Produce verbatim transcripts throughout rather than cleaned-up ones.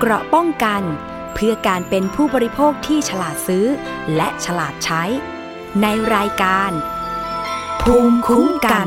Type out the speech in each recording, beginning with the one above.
เกราะป้องกันเพื่อการเป็นผู้บริโภคที่ฉลาดซื้อและฉลาดใช้ในรายการภูมิคุ้มกัน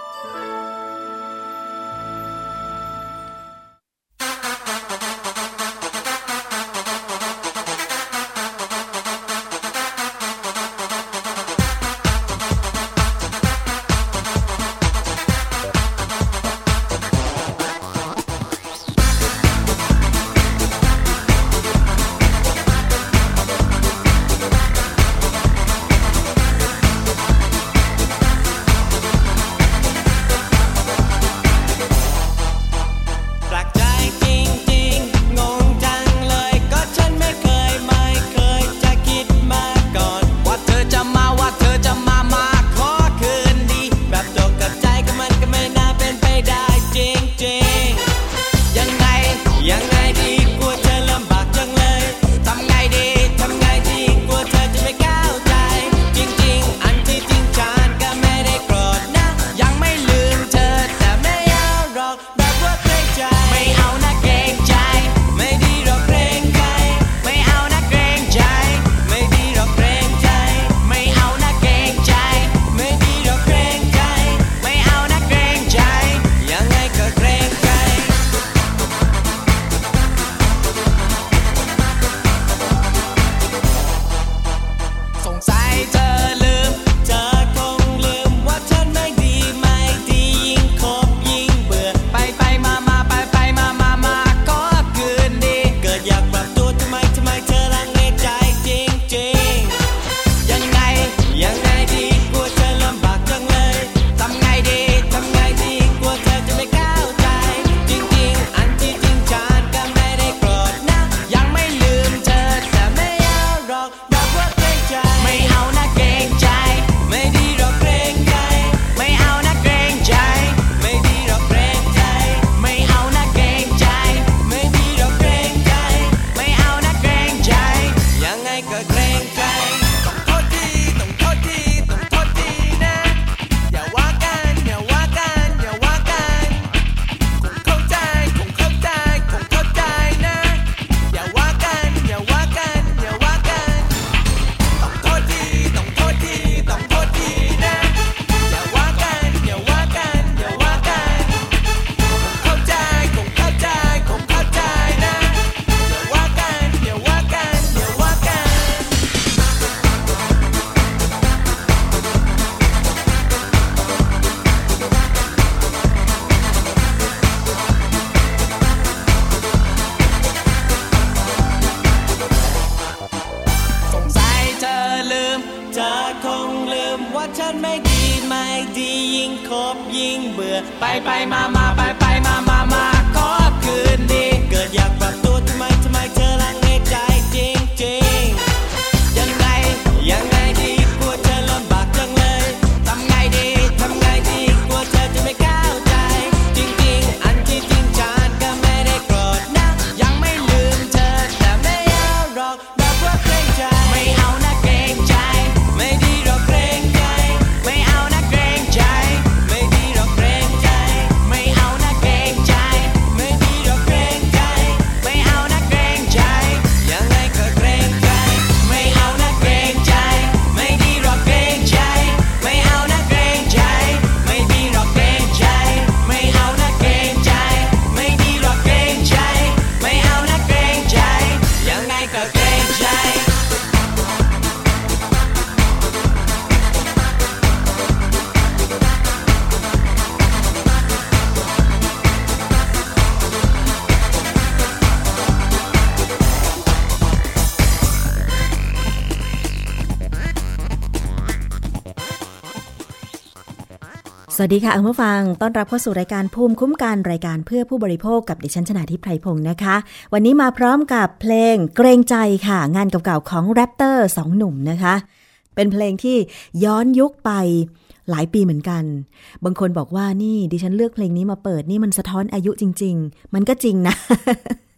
สวัสดีค่ะคุณผู้ฟังต้อนรับเข้าสู่รายการภูมิคุ้มกันรายการเพื่อผู้บริโภคกับดิฉันชนาธิป ไพรพงศ์นะคะวันนี้มาพร้อมกับเพลงเกรงใจค่ะงานเก่าๆของแรปเตอร์สองหนุ่มนะคะเป็นเพลงที่ย้อนยุคไปหลายปีเหมือนกันบางคนบอกว่านี่ดิฉันเลือกเพลงนี้มาเปิดนี่มันสะท้อนอายุจริงๆมันก็จริงนะ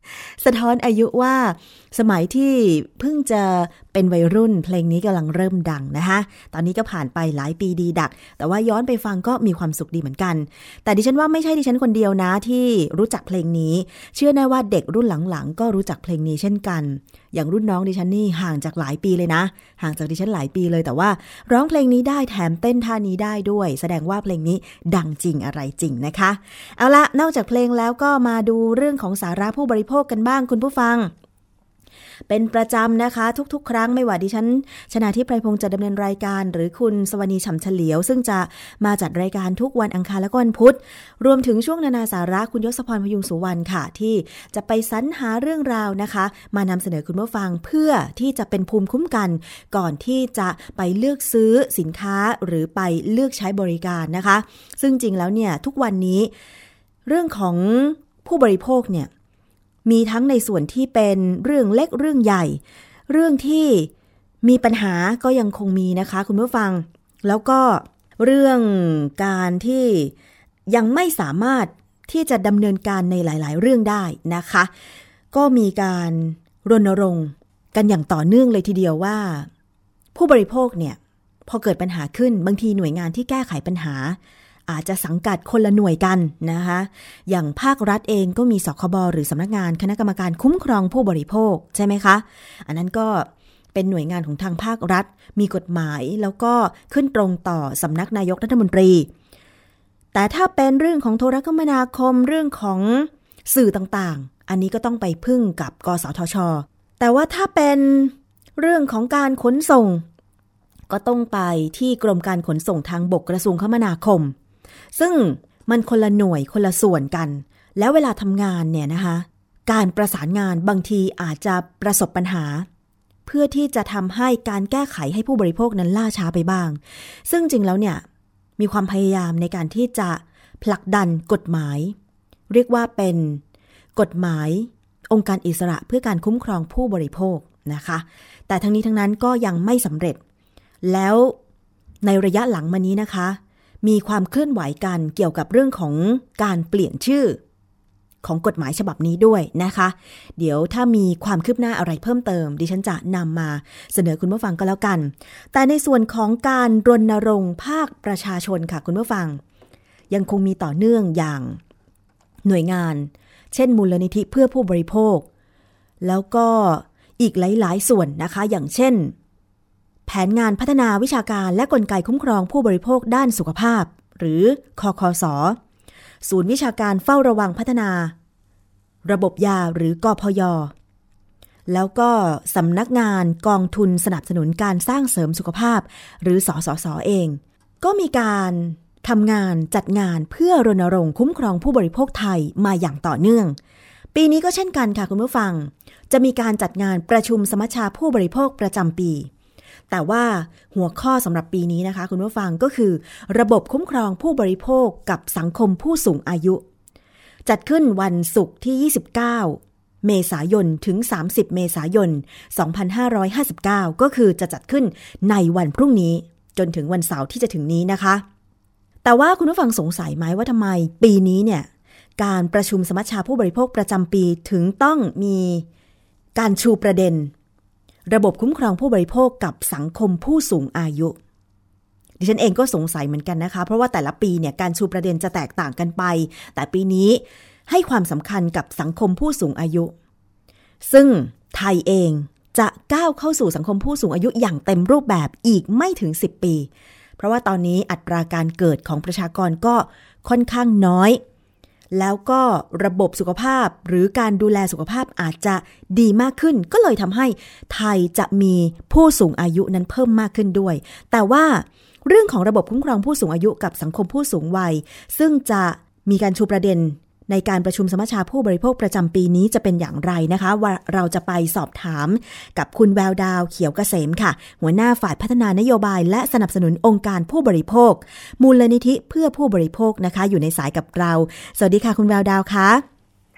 สะท้อนอายุว่าสมัยที่เพิ่งจะเป็นวัยรุ่นเพลงนี้กำลังเริ่มดังนะคะตอนนี้ก็ผ่านไปหลายปีดีดักแต่ว่าย้อนไปฟังก็มีความสุขดีเหมือนกันแต่ดิฉันว่าไม่ใช่ดิฉันคนเดียวนะที่รู้จักเพลงนี้เชื่อแน่ว่าเด็กรุ่นหลังๆก็รู้จักเพลงนี้เช่นกันอย่างรุ่นน้องดิฉันนี่ห่างจากหลายปีเลยนะห่างจากดิฉันหลายปีเลยแต่ว่าร้องเพลงนี้ได้แถมเต้นท่านี้ได้ด้วยแสดงว่าเพลงนี้ดังจริงอะไรจริงนะคะเอาละนอกจากเพลงแล้วก็มาดูเรื่องของสาระผู้บริโภคกันบ้างคุณผู้ฟังเป็นประจำนะคะทุกๆครั้งไม่ว่าดิฉันชนาทิพย์ไพรพงษ์จะดำเนินรายการหรือคุณสวนีฉ่ำเฉลียวซึ่งจะมาจัดรายการทุกวันอังคารและวันพุธรวมถึงช่วงนานาสาระคุณยศพรพยุงสุวรรณค่ะที่จะไปสรรหาเรื่องราวนะคะมานำเสนอคุณผู้ฟังเพื่อที่จะเป็นภูมิคุ้มกันก่อนที่จะไปเลือกซื้อสินค้าหรือไปเลือกใช้บริการนะคะซึ่งจริงแล้วเนี่ยทุกวันนี้เรื่องของผู้บริโภคเนี่ยมีทั้งในส่วนที่เป็นเรื่องเล็กเรื่องใหญ่เรื่องที่มีปัญหาก็ยังคงมีนะคะคุณผู้ฟังแล้วก็เรื่องการที่ยังไม่สามารถที่จะดำเนินการในหลายๆเรื่องได้นะคะก็มีการรณรงค์กันอย่างต่อเนื่องเลยทีเดียวว่าผู้บริโภคเนี่ยพอเกิดปัญหาขึ้นบางทีหน่วยงานที่แก้ไขปัญหาอาจจะสังกัดคนละหน่วยกันนะคะอย่างภาครัฐเองก็มีสคบหรือสำนักงานคณะกรรมการคุ้มครองผู้บริโภคใช่ไหมคะอันนั้นก็เป็นหน่วยงานของทางภาครัฐมีกฎหมายแล้วก็ขึ้นตรงต่อสำนักนายกรัฐมนตรีแต่ถ้าเป็นเรื่องของโทรคมนาคมเรื่องของสื่อต่างๆอันนี้ก็ต้องไปพึ่งกับกสทช.แต่ว่าถ้าเป็นเรื่องของการขนส่งก็ต้องไปที่กรมการขนส่งทางบกกระทรวงคมนาคมซึ่งมันคนละหน่วยคนละส่วนกันแล้วเวลาทำงานเนี่ยนะคะการประสานงานบางทีอาจจะประสบปัญหาเพื่อที่จะทำให้การแก้ไขให้ผู้บริโภคนั้นล่าช้าไปบ้างซึ่งจริงแล้วเนี่ยมีความพยายามในการที่จะผลักดันกฎหมายเรียกว่าเป็นกฎหมายองค์การอิสระเพื่อการคุ้มครองผู้บริโภคนะคะแต่ทั้งนี้ทั้งนั้นก็ยังไม่สำเร็จแล้วในระยะหลังมานี้นะคะมีความเคลื่อนไหวกันเกี่ยวกับเรื่องของการเปลี่ยนชื่อของกฎหมายฉบับนี้ด้วยนะคะเดี๋ยวถ้ามีความคืบหน้าอะไรเพิ่มเติมดิฉันจะนำมาเสนอคุณผู้ฟังก็แล้วกันแต่ในส่วนของการรณรงค์ภาคประชาชนค่ะคุณผู้ฟังยังคงมีต่อเนื่องอย่างหน่วยงานเช่นมูลนิธิเพื่อผู้บริโภคแล้วก็อีกหลายๆส่วนนะคะอย่างเช่นแผนงานพัฒนาวิชาการและกลไกคุ้มครองผู้บริโภคด้านสุขภาพหรือคคส.ศูนย์วิชาการเฝ้าระวังพัฒนาระบบยาหรือกพย.แล้วก็สำนักงานกองทุนสนับสนุนการสร้างเสริมสุขภาพหรือสสส.เองก็มีการทำงานจัดงานเพื่อรณรงค์คุ้มครองผู้บริโภคไทยมาอย่างต่อเนื่องปีนี้ก็เช่นกันค่ะคุณผู้ฟังจะมีการจัดงานประชุมสมัชชาผู้บริโภคประจำปีแต่ว่าหัวข้อสำหรับปีนี้นะคะคุณผู้ฟังก็คือระบบคุ้มครองผู้บริโภคกับสังคมผู้สูงอายุจัดขึ้นวันศุกร์ที่ยี่สิบเก้าเมษายนถึงสามสิบเมษายนสองพันห้าร้อยห้าสิบเก้าก็คือจะจัดขึ้นในวันพรุ่งนี้จนถึงวันเสาร์ที่จะถึงนี้นะคะแต่ว่าคุณผู้ฟังสงสัยไหมว่าทำไมปีนี้เนี่ยการประชุมสมัชชาผู้บริโภคประจำปีถึงต้องมีการชูประเด็นระบบคุ้มครองผู้บริโภคกับสังคมผู้สูงอายุดิฉันเองก็สงสัยเหมือนกันนะคะเพราะว่าแต่ละปีเนี่ยการชูประเด็นจะแตกต่างกันไปแต่ปีนี้ให้ความสำคัญกับสังคมผู้สูงอายุซึ่งไทยเองจะก้าวเข้าสู่สังคมผู้สูงอายุอย่างเต็มรูปแบบอีกไม่ถึงสิบปีเพราะว่าตอนนี้อัตราการเกิดของประชากรก็ค่อนข้างน้อยแล้วก็ระบบสุขภาพหรือการดูแลสุขภาพอาจจะดีมากขึ้นก็เลยทำให้ไทยจะมีผู้สูงอายุนั้นเพิ่มมากขึ้นด้วยแต่ว่าเรื่องของระบบคุ้มครองผู้สูงอายุกับสังคมผู้สูงวัยซึ่งจะมีการชูประเด็นในการประชุมสมัชชาผู้บริโภคประจำปีนี้จะเป็นอย่างไรนะคะว่าเราจะไปสอบถามกับคุณแววดาวเขียวเกษมค่ะหัวหน้าฝ่ายพัฒนานโยบายและสนับสนุนองค์การผู้บริโภคมูลนิธิเพื่อผู้บริโภคนะคะอยู่ในสายกับเราสวัสดีค่ะคุณแววดาวค่ะ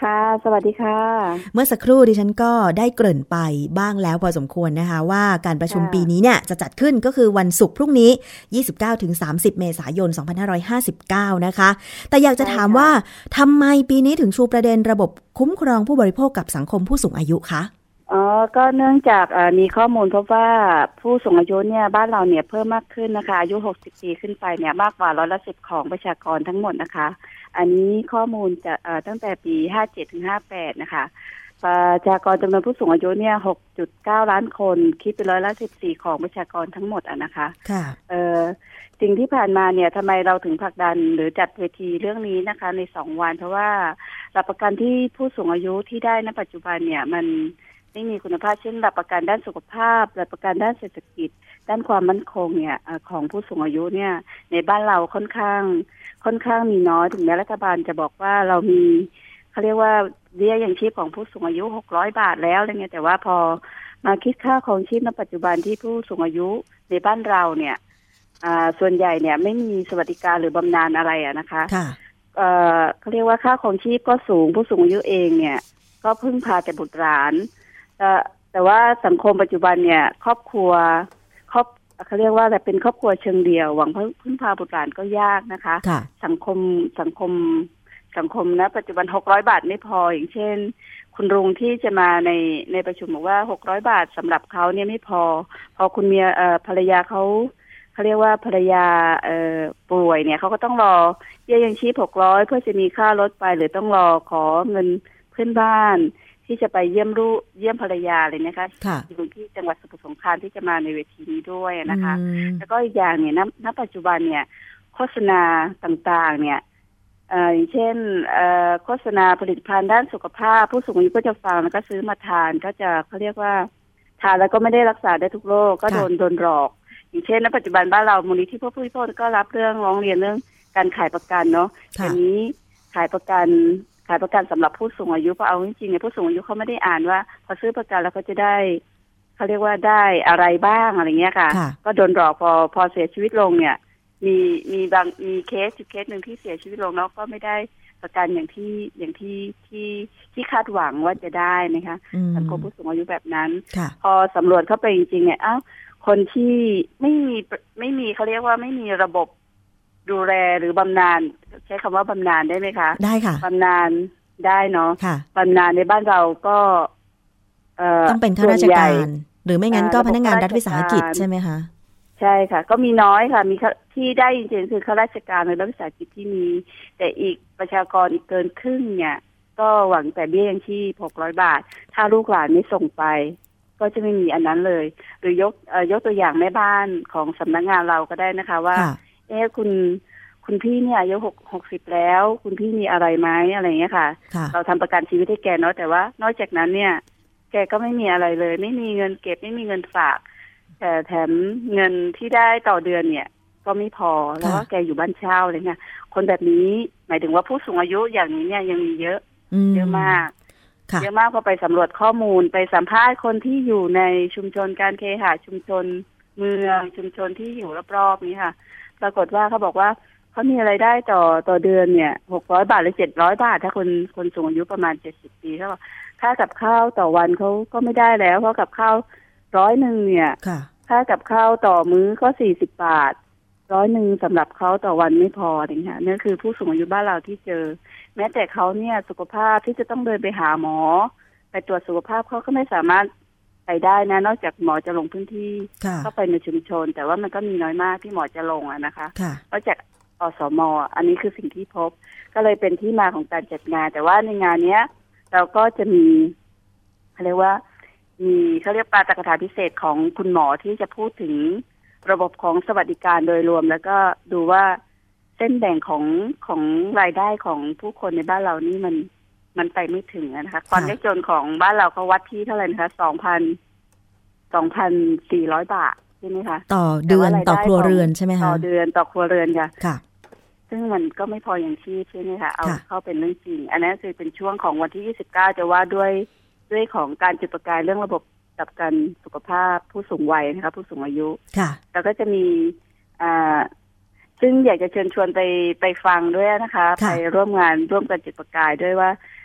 ค่ะสวัสดีค่ะเมื่อสักครู่ดิฉันก็ได้เกริ่นไปบ้างแล้วพอสมควรนะคะว่าการประชุมปีนี้เนี่ยจะจัดขึ้นก็คือวันศุกร์พรุ่งนี้ ยี่สิบเก้าถึงสามสิบ เมษายน สองพันห้าร้อยห้าสิบเก้านะคะแต่อยากจะถามว่าทำไมปีนี้ถึงชูประเด็นระบบคุ้มครองผู้บริโภคกับสังคมผู้สูงอายุคะอ๋อก็เนื่องจากมีข้อมูลพบว่าผู้สูงอายุเนี่ยบ้านเราเนี่ยเพิ่มมากขึ้นนะคะอายุหกสิบปีขึ้นไปเนี่ยมากกว่าร้อยละสิบของประชากรทั้งหมดนะคะอันนี้ข้อมูลจะตั้งแต่ปีห้าเจ็ดถึงห้าแปดนะคะประชากรจำนวนผู้สูงอายุเนี่ย หกจุดเก้า ล้านคนคิดเป็นร้อยละสิบสี่ของประชากรทั้งหมดอ่ะนะคะค่ะเอ่อสิ่งที่ผ่านมาเนี่ยทำไมเราถึงผลักดันหรือจัดเวทีเรื่องนี้นะคะในสองวันเพราะว่าหลักประกันที่ผู้สูงอายุที่ได้ณปัจจุบันเนี่ยมันไม่มีคุณภาพเช่นหลักประกันด้านสุขภาพหลักประกันด้านเศรษฐกิจด้านความมั่นคงเนี่ยของผู้สูงอายุเนี่ยในบ้านเราค่อนข้างค่อนข้างมีน้อยถึงแม้รัฐบาลจะบอกว่าเรามีเขาเรียกว่าเบี้ยยังชีพของผู้สูงอายุหกร้อยบาทแล้วอะไรเงี้ยแต่ว่าพอมาคิดค่าของชีพณปัจจุบันที่ผู้สูงอายุในบ้านเราเนี่ยอ่าส่วนใหญ่เนี่ยไม่มีสวัสดิการหรือบำนาญอะไรอะนะคะค่ะเอ่อเขาเรียกว่าค่าของชีพก็สูงผู้สูงอายุเองเนี่ยก็พึ่งพาแต่บุตรหลานแต่แต่ว่าสังคมปัจจุบันเนี่ยครอบครัวครอบเขาเรียกว่าแต่เป็นครอบครัวเชิงเดี่ยวหวังพึ่งพาบุตรหลานก็ยากนะคะสังคมสังคมสังคมนะปัจจุบันหกร้อยบาทไม่พออย่างเช่นคุณลุงที่จะมาในในประชุมบอกว่าหกร้อยบาทสำหรับเขาเนี่ยไม่พอพอคุณเมียเอ่อภรรยาเขาเขาเรียกว่าภรรยาเอ่อป่วยเนี่ยเขาก็ต้องรอเบี้ยยังชีพหกร้อยเพื่อจะมีค่ารถไปหรือต้องรอขอเงินเพื่อนบ้านที่จะไปเยี่ยมลูกเยี่ยมภรรยาเลยนะคะอยู่ที่จังหวัดสมุทรสงครามที่จะมาในเวทีนี้ด้วยนะคะแล้วก็อีกอย่างเนี่ยณณปัจจุบันเนี่ยโฆษณาต่างๆเนี่ยอย่างเช่นโฆษณาผลิตภัณฑ์ด้านสุขภาพผู้สูงอายุก็จะฟังแล้วก็ซื้อมาทานก็จะเขาเรียกว่าทานแล้วก็ไม่ได้รักษาได้ทุกโรคก็โดนโดนหลอกอย่างเช่นณปัจจุบันบ้านเรามูลนิธิเพื่อผู้บริโภคก็รับเรื่องร้องเรียนเรื่องการขายประกันเนาะทีนี้ขายประกันขายประกันสำหรับผู้สูงอายุเพราะเอาจริงๆเนี่ยผู้สูงอายุเขาไม่ได้อ่านว่าพอซื้อประกันแล้วเขาจะได้เขาเรียกว่าได้อะไรบ้างอะไรเงี้ยค่ะก็โดนหลอกพอพอเสียชีวิตลงเนี่ยมีมีบางมีเคสอยู่เคสหนึ่งที่เสียชีวิตลงแล้วก็ไม่ได้ประกันอย่างที่อย่างที่ที่ที่คาดหวังว่าจะได้นะคะสังคมผู้สูงอายุแบบนั้นพอสำรวจเข้าไปจริงๆเนี่ยอ้าวคนที่ไม่มีไม่มีเขาเรียกว่าไม่มีระบบดูแลหรือบำนาญใช้คำว่าบำนาญได้ไหมคะได้ค่ะบำนาญได้เนาะบำนาญในบ้านเราก็ต้องเป็นข้าราชการหรือไม่งั้นก็พนักงานรัฐวิสาหกิจใช่ไหมคะใช่ค่ะก็มีน้อยค่ะมีที่ได้จริงๆคือข้าราชการในรัฐวิสาหกิจที่มีแต่อีกประชากรอีกเกินครึ่งเนี่ยก็หวังแต่เบี้ยยังชีพหกร้อยบาทถ้าลูกหลานไม่ส่งไปก็จะไม่มีอันนั้นเลยหรือยกเอ่อยกตัวอย่างแม่บ้านของสำนักงานเราก็ได้นะคะว่าเอ๊ะคุณคุณพี่เนี่ยอายุหกหกสิบแล้วคุณพี่มีอะไรไหมอะไรเงี้ยค่ะเราทำประกันชีวิตให้แกเนาะแต่ว่านอกจากนั้นเนี่ยแกก็ไม่มีอะไรเลยไม่มีเงินเก็บไม่มีเงินฝากแต่แถมเงินที่ได้ต่อเดือนเนี่ยก็ไม่พอแล้วก็แกอยู่บ้านเช่าอะไรเงี้ยคนแบบนี้หมายถึงว่าผู้สูงอายุอย่างนี้เนี่ยยังมีเยอะเยอะมากเยอะมากพอไปสำรวจข้อมูลไปสัมภาษณ์คนที่อยู่ในชุมชนการเคหะชุมชนเมืองชุมชนที่อยู่รอบๆนี้ค่ะปรากฏว่าเขาบอกว่าเขามีรายได้ต่อต่อเดือนเนี่ยหกร้อยบาทหรือเจ็ดร้อยบาทถ้าคนคนสูงอายุประมาณเจ็ดสิบปีเขาบอกค่ากับข้าวต่อวันเขาก็ไม่ได้แล้วเพราะกับข้าวร้อยหนึ่งเนี่ยค่ากับข้าวต่อมื้อก็สี่สิบบาทร้อยหนึ่งสำหรับเขาต่อวันไม่พอนี่ค่ะนี่คือผู้สูงอายุบ้านเราที่เจอแม้แต่เขาเนี่ยสุขภาพที่จะต้องเดินไปหาหมอไปตรวจสุขภาพเขาก็ไม่สามารถไปได้นะนอกจากหมอจะลงพื้นที่เข้าไปในชุมชนแต่ว่ามันก็มีน้อยมากที่หมอจะลงอะนะคะนอกจากอสม.อันนี้คือสิ่งที่พบก็เลยเป็นที่มาของการจัดงานแต่ว่าในงานเนี้ยเราก็จะมีเขาเรียกว่ามีเขาเรียกปาฐกถาพิเศษของคุณหมอที่จะพูดถึงระบบของสวัสดิการโดยรวมแล้วก็ดูว่าเส้นแบ่งของของรายได้ของผู้คนในบ้านเรานี่มันมันไปไม่ถึงนะคะความยากจนของบ้านเราเขาวัดที่เท่าไหร่นะคะสองพันสองพันสี่ร้อยบาทใช่ไหมคะต่อเดือนต่อครัวเรือนใช่ไหมคะต่อเดือนต่อครัวเรือนค่ะค่ะซึ่งมันก็ไม่พออย่างชีพใช่ไหมคะเอาเข้าเป็นเรื่องจริงอันนั้นคือเป็นช่วงของวันที่ยี่สิบเก้าจะว่าด้วยด้วยของการจุดประกายเรื่องระบบกับการสุขภาพผู้สูงวัยนะคะผู้สูงอายุค่ะแล้วก็จะมีอ่าซึ่งอยากจะเชิญชวนไปไปฟังด้วยนะคะไปร่วมงานร่วมกันจุดประกายด้วยว่า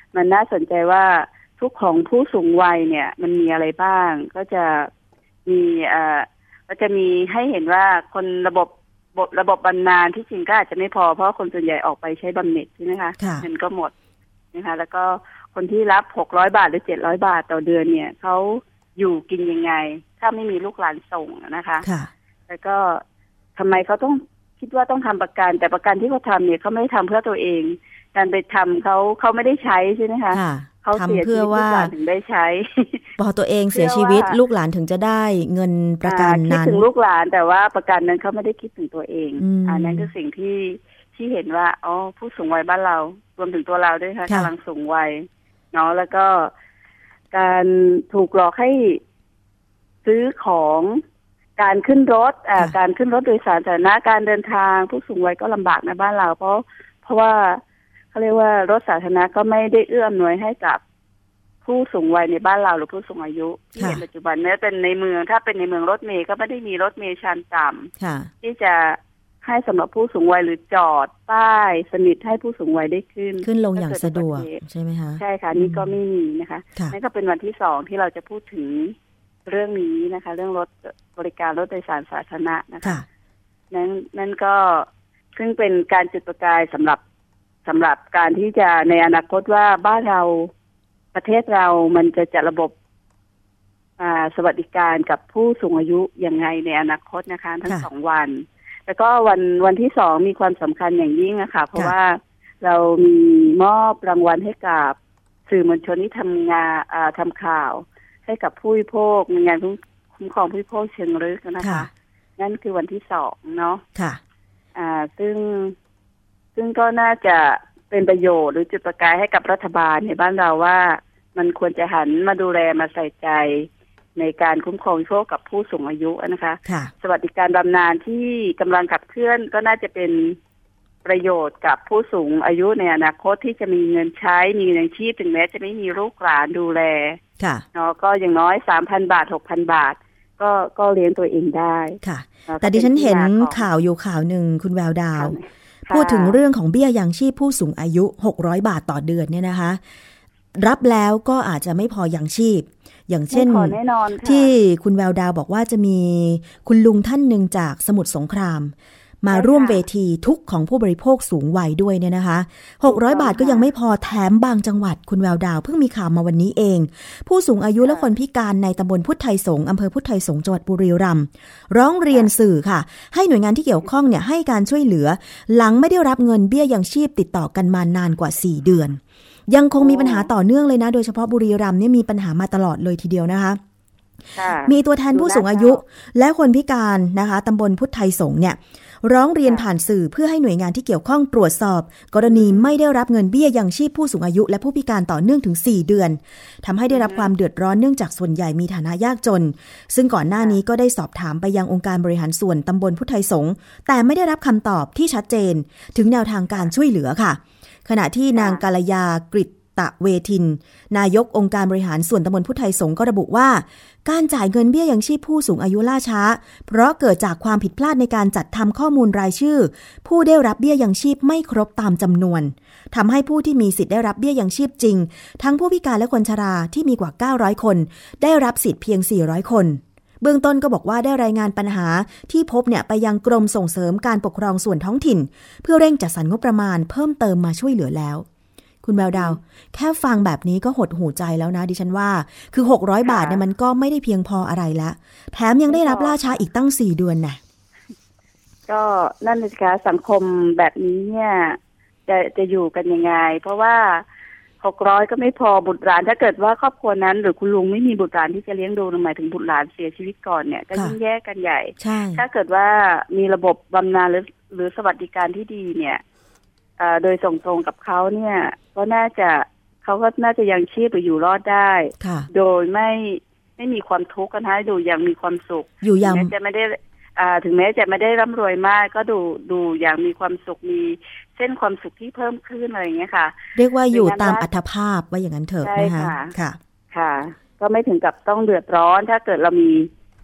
มันน่าสนใจว่าทุกของผู้สูงวัยเนี่ยมันมีอะไรบ้างก็จะมีเอ่อก็จะมีให้เห็นว่าคนระบบระบบบำนาญที่จริงก็อาจจะไม่พอเพราะคนส่วนใหญ่ออกไปใช้บำเหน็จใช่ไหมคะเงินก็หมดนะคะแล้วก็คนที่รับหกร้อยบาทหรือเจ็ดร้อยบาทต่อเดือนเนี่ยเขาอยู่กินยังไงถ้าไม่มีลูกหลานส่งนะคะแล้วก็ทำไมเขาต้องคิดว่าต้องทำประกันแต่ประกันที่เขาทำเนี่ยเขาไม่ได้ทำเพื่อตัวเองการไปทำเขาเขาไม่ได้ใช้ใช่ไหมคะเขาเสียชีวิตลูกหลานถึงได้ใช้พอตัวเองเสียชีวิตลูกหลานถึงจะได้เงินประกันนั้นคิดถึงลูกหลานแต่ว่าประกันนั้นเขาไม่ได้คิดถึงตัวเองอันนั้นคือสิ่งที่ที่เห็นว่าอ๋อผู้สูงวัยบ้านเรารวมถึงตัวเราด้วยค่ะกำลังสูงวัยเนาะแล้วก็การถูกหลอกให้ซื้อของการขึ้นรถอ่าการขึ้นรถโดยสารสาธารณะการเดินทางผู้สูงวัยก็ลำบากในบ้านเราเพราะเพราะว่าเขาเรียกว่ารถสาธารณะก็ไม่ได้เอื้ออำนวยให้กับผู้สูงวัยในบ้านเราหรือผู้สูงอายุที่ในปัจจุบันแม้เป็นในเมืองถ้าเป็นในเมืองรถเมล์ก็ไม่ได้มีรถเมล์ชันต่ำที่จะให้สำหรับผู้สูงวัยหรือจอดป้ายสนิทให้ผู้สูงวัยได้ขึ้นขึ้นลงอย่างสะดวกใช่ไหมคะใช่ค่ะนี่ก็ไม่มีนะคะนั่นก็เป็นวันที่สองที่เราจะพูดถึงเรื่องนี้นะคะเรื่องรถบริการรถโดยสารสาธารณะนะคะนั้นนั่นก็ซึ่งเป็นการจุดประกายสำหรับสำหรับการที่จะในอนาคตว่าบ้านเราประเทศเรามันจะจัดระบบสวัสดิการกับผู้สูงอายุยังไงในอนาคตนะคะทั้งสองวันแล้วก็วันวันที่สองมีความสำคัญอย่างยิ่งนะคะเพราะว่าเรามีมอบรางวัลให้กับสื่อมวลชนที่ทำงานทำข่าวให้กับผู้บริโภคในงานคุ้มครองผู้บริโภคเชิงลึกนะคะนั่นคือวันที่สองเนาะค่ะอ่าซึ่งซึ่งก็น่าจะเป็นประโยชน์หรือจุดประกายให้กับรัฐบาลในบ้านเราว่ามันควรจะหันมาดูแลมาใส่ใจในการคุ้มครองผู้บริโภคกับผู้สูงอายุนะคะสวัสดิการบำนาญที่กำลังขับเคลื่อนก็น่าจะเป็นประโยชน์กับผู้สูงอายุในอนาคตที่จะมีเงินใช้มีเงินชีพถึงแม้จะไม่มีลูกหลานดูแลเนาะก็อย่างน้อย สามพัน บาท หกพัน บาทก็ก็เลี้ยงตัวเองได้ค่ะแต่ดิฉันเห็นข่าวอยู่ข่าวหนึ่งคุณแววดาวพูดถึงเรื่องของเบี้ยยังชีพผู้สูงอายุหกร้อยบาทต่อเดือนเนี่ยนะคะรับแล้วก็อาจจะไม่พอยังชีพอย่างเช่นที่คุณแววดาวบอกว่าจะมีคุณลุงท่านหนึ่งจากสมุทรสงครามมาร่วมเวทีทุกข์ของผู้บริโภคสูงวัยด้วยเนี่ยนะคะหกร้อยบาทก็ยังไม่พอแถมบางจังหวัดคุณแววดาวเพิ่งมีข่าวมาวันนี้เองผู้สูงอายุและคนพิการในตำบลพุทธไทยสงฆ์อำเภอพุทธไทยสงฆ์จังหวัดบุรีรัมย์ร้องเรียนสื่อค่ะให้หน่วยงานที่เกี่ยวข้องเนี่ยให้การช่วยเหลือหลังไม่ได้รับเงินเบี้ยยังชีพติดต่อกันมานานกว่าสี่เดือนยังคงมีปัญหาต่อเนื่องเลยนะโดยเฉพาะบุรีรัมย์เนี่ยมีปัญหามาตลอดเลยทีเดียวนะคะมีตัวแทนผู้สูงอายุและคนพิการนะคะตำบลพุทธไทยสงฆ์เนี่ยร้องเรียนผ่านสื่อเพื่อให้หน่วยงานที่เกี่ยวข้องตรวจสอบกรณีไม่ได้รับเงินเบี้ยยังชีพผู้สูงอายุและผู้พิการต่อเนื่องถึงสี่เดือนทำให้ได้รับความเดือดร้อนเนื่องจากส่วนใหญ่มีฐานะยากจนซึ่งก่อนหน้านี้ก็ได้สอบถามไปยังองค์การบริหารส่วนตำบลพุทธไทยสงฆ์แต่ไม่ได้รับคำตอบที่ชัดเจนถึงแนวทางการช่วยเหลือค่ะขณะที่นางกาลยากฤษตะเวทินนายกองค์การบริหารส่วนตำบลพุทธไทยสงฆ์ก็ระบุว่าการจ่ายเงินเบี้ยยังชีพผู้สูงอายุล่าช้าเพราะเกิดจากความผิดพลาดในการจัดทำข้อมูลรายชื่อผู้ได้รับเบี้ยยังชีพไม่ครบตามจำนวนทำให้ผู้ที่มีสิทธิ์ได้รับเบี้ยยังชีพจริงทั้งผู้พิการและคนชราที่มีกว่าเก้าร้อยคนได้รับสิทธิ์เพียงสี่ร้อยคนเบื้องต้นก็บอกว่าได้รายงานปัญหาที่พบเนี่ยไปยังกรมส่งเสริมการปกครองส่วนท้องถิ่นเพื่อเร่งจัดสรรงบประมาณเพิ่มเติมมาช่วยเหลือแล้วคุณแววดาวแค่ฟังแบบนี้ก็หดหูใจแล้วนะดิฉันว่าคือหกร้อยบาทเนี่ยมันก็ไม่ได้เพียงพออะไรละแถมยังได้รับล่าช้าอีกตั้งสี่เดือนน่ะก็นั่นสิคะสังคมแบบนี้เนี่ยจะจะอยู่กันยังไงเพราะว่าหกร้อยก็ไม่พอบุตรหลานถ้าเกิดว่าครอบครัวนั้นหรือคุณลุงไม่มีบุตรหลานที่จะเลี้ยงดูหมายถึงบุตรหลานเสียชีวิตก่อนเนี่ยก็ยิ่งแย่กันใหญ่ถ้าเกิดว่ามีระบบบำนาญหรือหรือสวัสดิการที่ดีเนี่ยโดยส่งตรงกับเขาเนี่ยก็น่าจะเขาก็น่าจะยังชีพหรืออยู่รอดได้โดยไม่ไม่มีความทุกข์กันให้ดูอย่างมีความสุขอยู่อย่างแม้จะไม่ได้ถึงแม้จะไม่ได้ร่ำรวยมากก็ดูดูอย่างมีความสุขมีเส้นความสุขที่เพิ่มขึ้นอะไรอย่างเงี้ยค่ะเรียกว่าอยู่ตามอัตภาพว่าอย่างนั้นเถอะนะคะค่ะค่ะก็ไม่ถึงกับต้องเดือดร้อนถ้าเกิดเรามี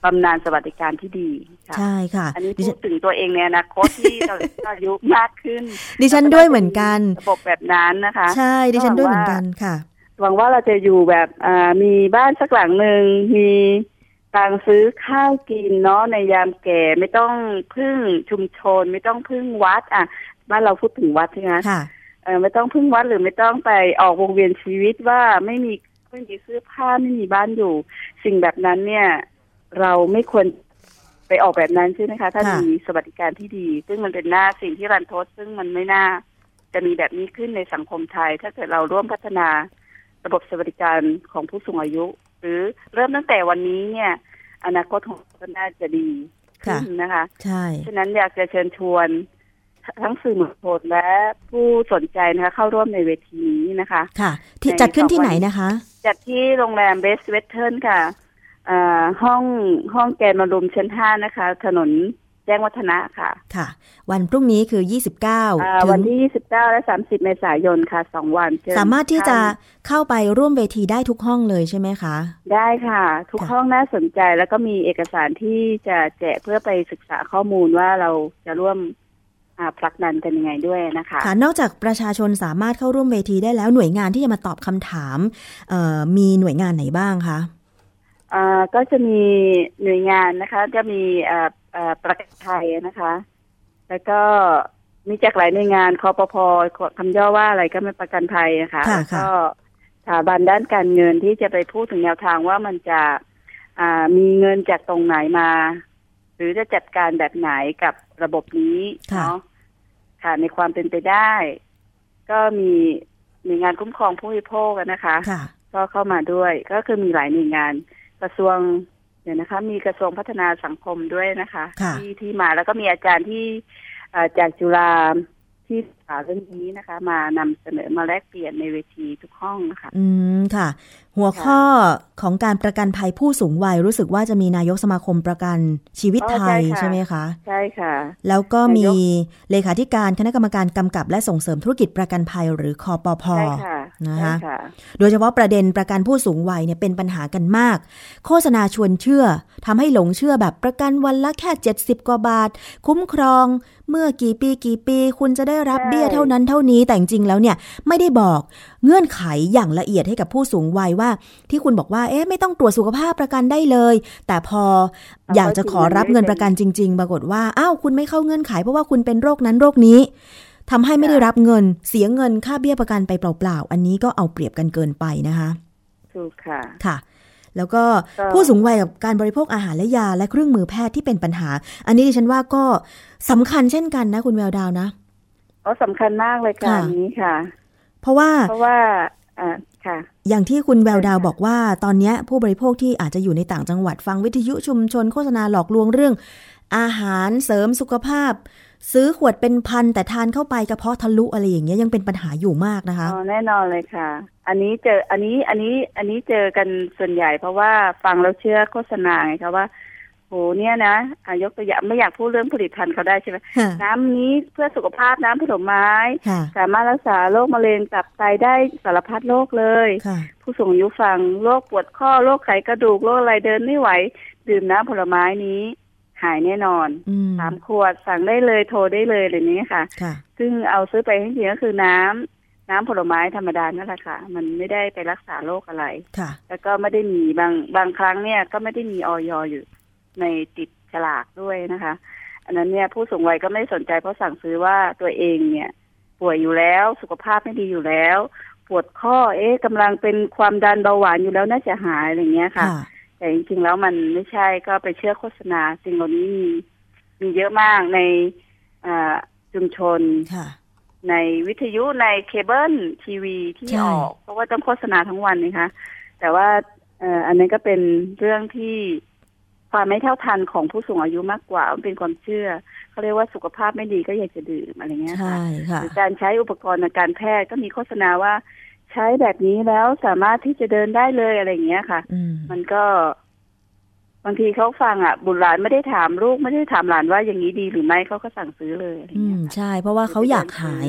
บำนาญสวัสดิการที่ดีใช่ค่ะอันนี้พูดถึงตัวเองในอนาคตที่เราอายุมากขึ้นดิฉันด้วยเหมือนกันระบบแบบนั้นนะคะใช่ดิฉันด้วยเหมือนกันค่ะหวังว่าเราจะอยู่แบบมีบ้านสักหลังนึงมีตังซื้อข้าวกินเนาะในยามแก่ไม่ต้องพึ่งชุมชนไม่ต้องพึ่งวัดอ่ะบ้านเราพูดถึงวัดใช่ไหมค่ะเออไม่ต้องพึ่งวัดหรือไม่ต้องไปออกวงเวียนชีวิตว่าไม่มีไม่มีเสื้อผ้าไม่มีบ้านอยู่สิ่งแบบนั้นเนี่ยเราไม่ควรไปออกแบบนั้นใช่ไหมคะถ้ามีสวัสดิการที่ดีซึ่งมันเป็นหน้าสิ่งที่รันทดซึ่งมันไม่น่าจะมีแบบนี้ขึ้นในสังคมไทยถ้าเกิดเราร่วมพัฒนาระบบสวัสดิการของผู้สูงอายุหรือเริ่มตั้งแต่วันนี้เนี่ยอนาคตของเราน่าจะดีขึ้นนะคะใช่ฉะนั้นอยากจะเชิญชวนทั้งสื่อมวลชนและผู้สนใจนะคะเข้าร่วมในเวทีนี้นะคะค่ะที่จัดขึ้นที่ไหนนะคะจัดที่โรงแรมเบสเวสเทิร์นค่ะห้องห้องแกนมารุมชั้นห้านะคะถนนแจ้งวัฒนะค่ะค่ะวันพรุ่งนี้คือยี่สิบเก้าถึงวันที่ยี่สิบเก้าและสามสิบเมษายนค่ะสองวันสามารถที่จะเข้าไปร่วมเวทีได้ทุกห้องเลยใช่ไหมคะได้ค่ะทุกห้องน่าสนใจแล้วก็มีเอกสารที่จะแจกเพื่อไปศึกษาข้อมูลว่าเราจะร่วมผลักดันกันยังไงด้วยนะคะค่ะนอกจากประชาชนสามารถเข้าร่วมเวทีได้แล้วหน่วยงานที่จะมาตอบคำถามมีหน่วยงานไหนบ้างคะก็จะมีหน่วยงานนะคะจะมีประกันภัยนะคะแล้วก็มีจากหลายหน่วยงานคปภ.คำย่อว่าอะไรก็ไม่ประกันภัยนะคะแล้วก็สถาบันด้านการเงินที่จะไปพูดถึงแนวทางว่ามันจะมีเงินจากตรงไหนมาหรือจะจัดการแบบไหนกับระบบนี้เนาะค่ะในความเป็นไปได้ก็มีหน่วยงานคุ้มครองผู้บริโภคนะคะก็เข้ามาด้วยก็คือมีหลายหน่วยงานกระทรวงเนี่ยนะคะมีกระทรวงพัฒนาสังคมด้วยนะคะที่ที่มาแล้วก็มีอาจารย์ที่จากจุฬาที่ศึกษาเรื่องนี้นะคะมานำเสนอมาแลกเปลี่ยนในเวทีทุกห้องนะคะอืมค่ะหัวข้อของการประกันภัยผู้สูงวัยรู้สึกว่าจะมีนายกสมาคมประกันชีวิตไทยใช่ไหมคะใช่ค่ะแล้วก็มีเลขาธิการคณะกรรมการกำกับและส่งเสริมธุรกิจประกันภัยหรือคปภ.นะคะโดยเฉพาะประเด็นประกันผู้สูงวัยเนี่ยเป็นปัญหากันมากโฆษณาชวนเชื่อทำให้หลงเชื่อแบบประกันวันละแค่เจ็ดสิบกว่าบาทคุ้มครองเมื่อกี่ปีกี่ปีคุณจะได้รับเบี้ยเท่านั้นเท่านี้แต่จริงๆแล้วเนี่ยไม่ได้บอกเงื่อนไขอย่างละเอียดให้กับผู้สูงวัยว่าที่คุณบอกว่าเอ๊ะไม่ต้องตรวจสุขภาพประกันได้เลยแต่พออยากจะขอรับเงินประกันจริงๆปรากฏว่าอ้าวคุณไม่เข้าเงื่อนไขเพราะว่าคุณเป็นโรคนั้นโรคนี้ทำให้ไม่ได้รับเงินเสียเงินค่าเบี้ยประกันไปเปล่าๆอันนี้ก็เอาเปรียบกันเกินไปนะคะถูกค่ะค่ะแล้วก็ผู้สูงวัยกับการบริโภคอาหารและยาและเครื่องมือแพทย์ที่เป็นปัญหาอันนี้ดิฉันว่าก็สำคัญเช่นกันนะคุณแววดาวนะอ๋อสำคัญมากเลยค่ะอันนี้ค่ะเพราะว่าเพราะว่าอ่าค่ะอย่างที่คุณแววดาวบอกว่าตอนนี้ผู้บริโภคที่อาจจะอยู่ในต่างจังหวัดฟังวิทยุชุมชนโฆษณาหลอกลวงเรื่องอาหารเสริมสุขภาพซื้อขวดเป็นพันแต่ทานเข้าไปกระเพาะทะลุอะไรอย่างเงี้ยยังเป็นปัญหาอยู่มากนะคะอ๋อแน่นอนเลยค่ะอันนี้เจออันนี้อันนี้อันนี้เจอกันส่วนใหญ่เพราะว่าฟังแล้วเชื่อโฆษณาไงคะว่าโหเนี่ยนะยกตัวอย่างไม่อยากพูดเรื่องผลิตภัณฑ์เขาได้ใช่ไหมน้ำนี้เพื่อสุขภาพน้ำผลไม้สามารถรักษาโรคมะเร็งตับไตได้สารพัดโรคเลยผู้สูงอายุฟังโรคปวดข้อโรคไขกระดูกโรคอะไรเดินไม่ไหวดื่มน้ำผลไม้นี้หายแน่นอนสามขวดสั่งได้เลยโทรได้เลยอะไรนี้ค่ะซึ่งเอาซื้อไปให้จริงก็คือน้ำน้ำผลไม้ธรรมดานั่นแหละค่ะมันไม่ได้ไปรักษาโรคอะไรแล้วก็ไม่ได้มีบางบางครั้งเนี่ยก็ไม่ได้มีอย.อยู่ในติดฉลากด้วยนะคะอันนั้นเนี่ยผู้สูงวัยก็ไม่สนใจเพราะสั่งซื้อว่าตัวเองเนี่ยป่วยอยู่แล้วสุขภาพไม่ดีอยู่แล้วปวดข้อเอ๊ะกำลังเป็นความดันเบาหวานอยู่แล้วน่าจะหายอะไรเงี้ยค่ะแต่จริงๆแล้วมันไม่ใช่ก็ไปเชื่อโฆษณาสิ่งเหล่านี้มีมีเยอะมากในชุมชนในวิทยุในเคเบิลทีวีที่ออกเพราะว่าต้องโฆษณาทั้งวันนะคะแต่ว่าอันนั้นก็เป็นเรื่องที่ความไม่เท่าทันของผู้สูงอายุมากกว่าเป็นความเชื่อเขาเรียกว่าสุขภาพไม่ดีก็อยากจะดื่มอะไรเงี้ยค่ะหรือการใช้อุปกรณ์ทางการแพทย์ก็มีโฆษณาว่าใช้แบบนี้แล้วสามารถที่จะเดินได้เลยอะไรเงี้ยค่ะมันก็บางทีเขาฟังอ่ะบุตรหลานไม่ได้ถามลูกไม่ได้ถามหลานว่าอย่างนี้ดีหรือไม่เขาก็สั่งซื้อเลยอะไรเงี้ยใช่เพราะว่าเขาอยากหาย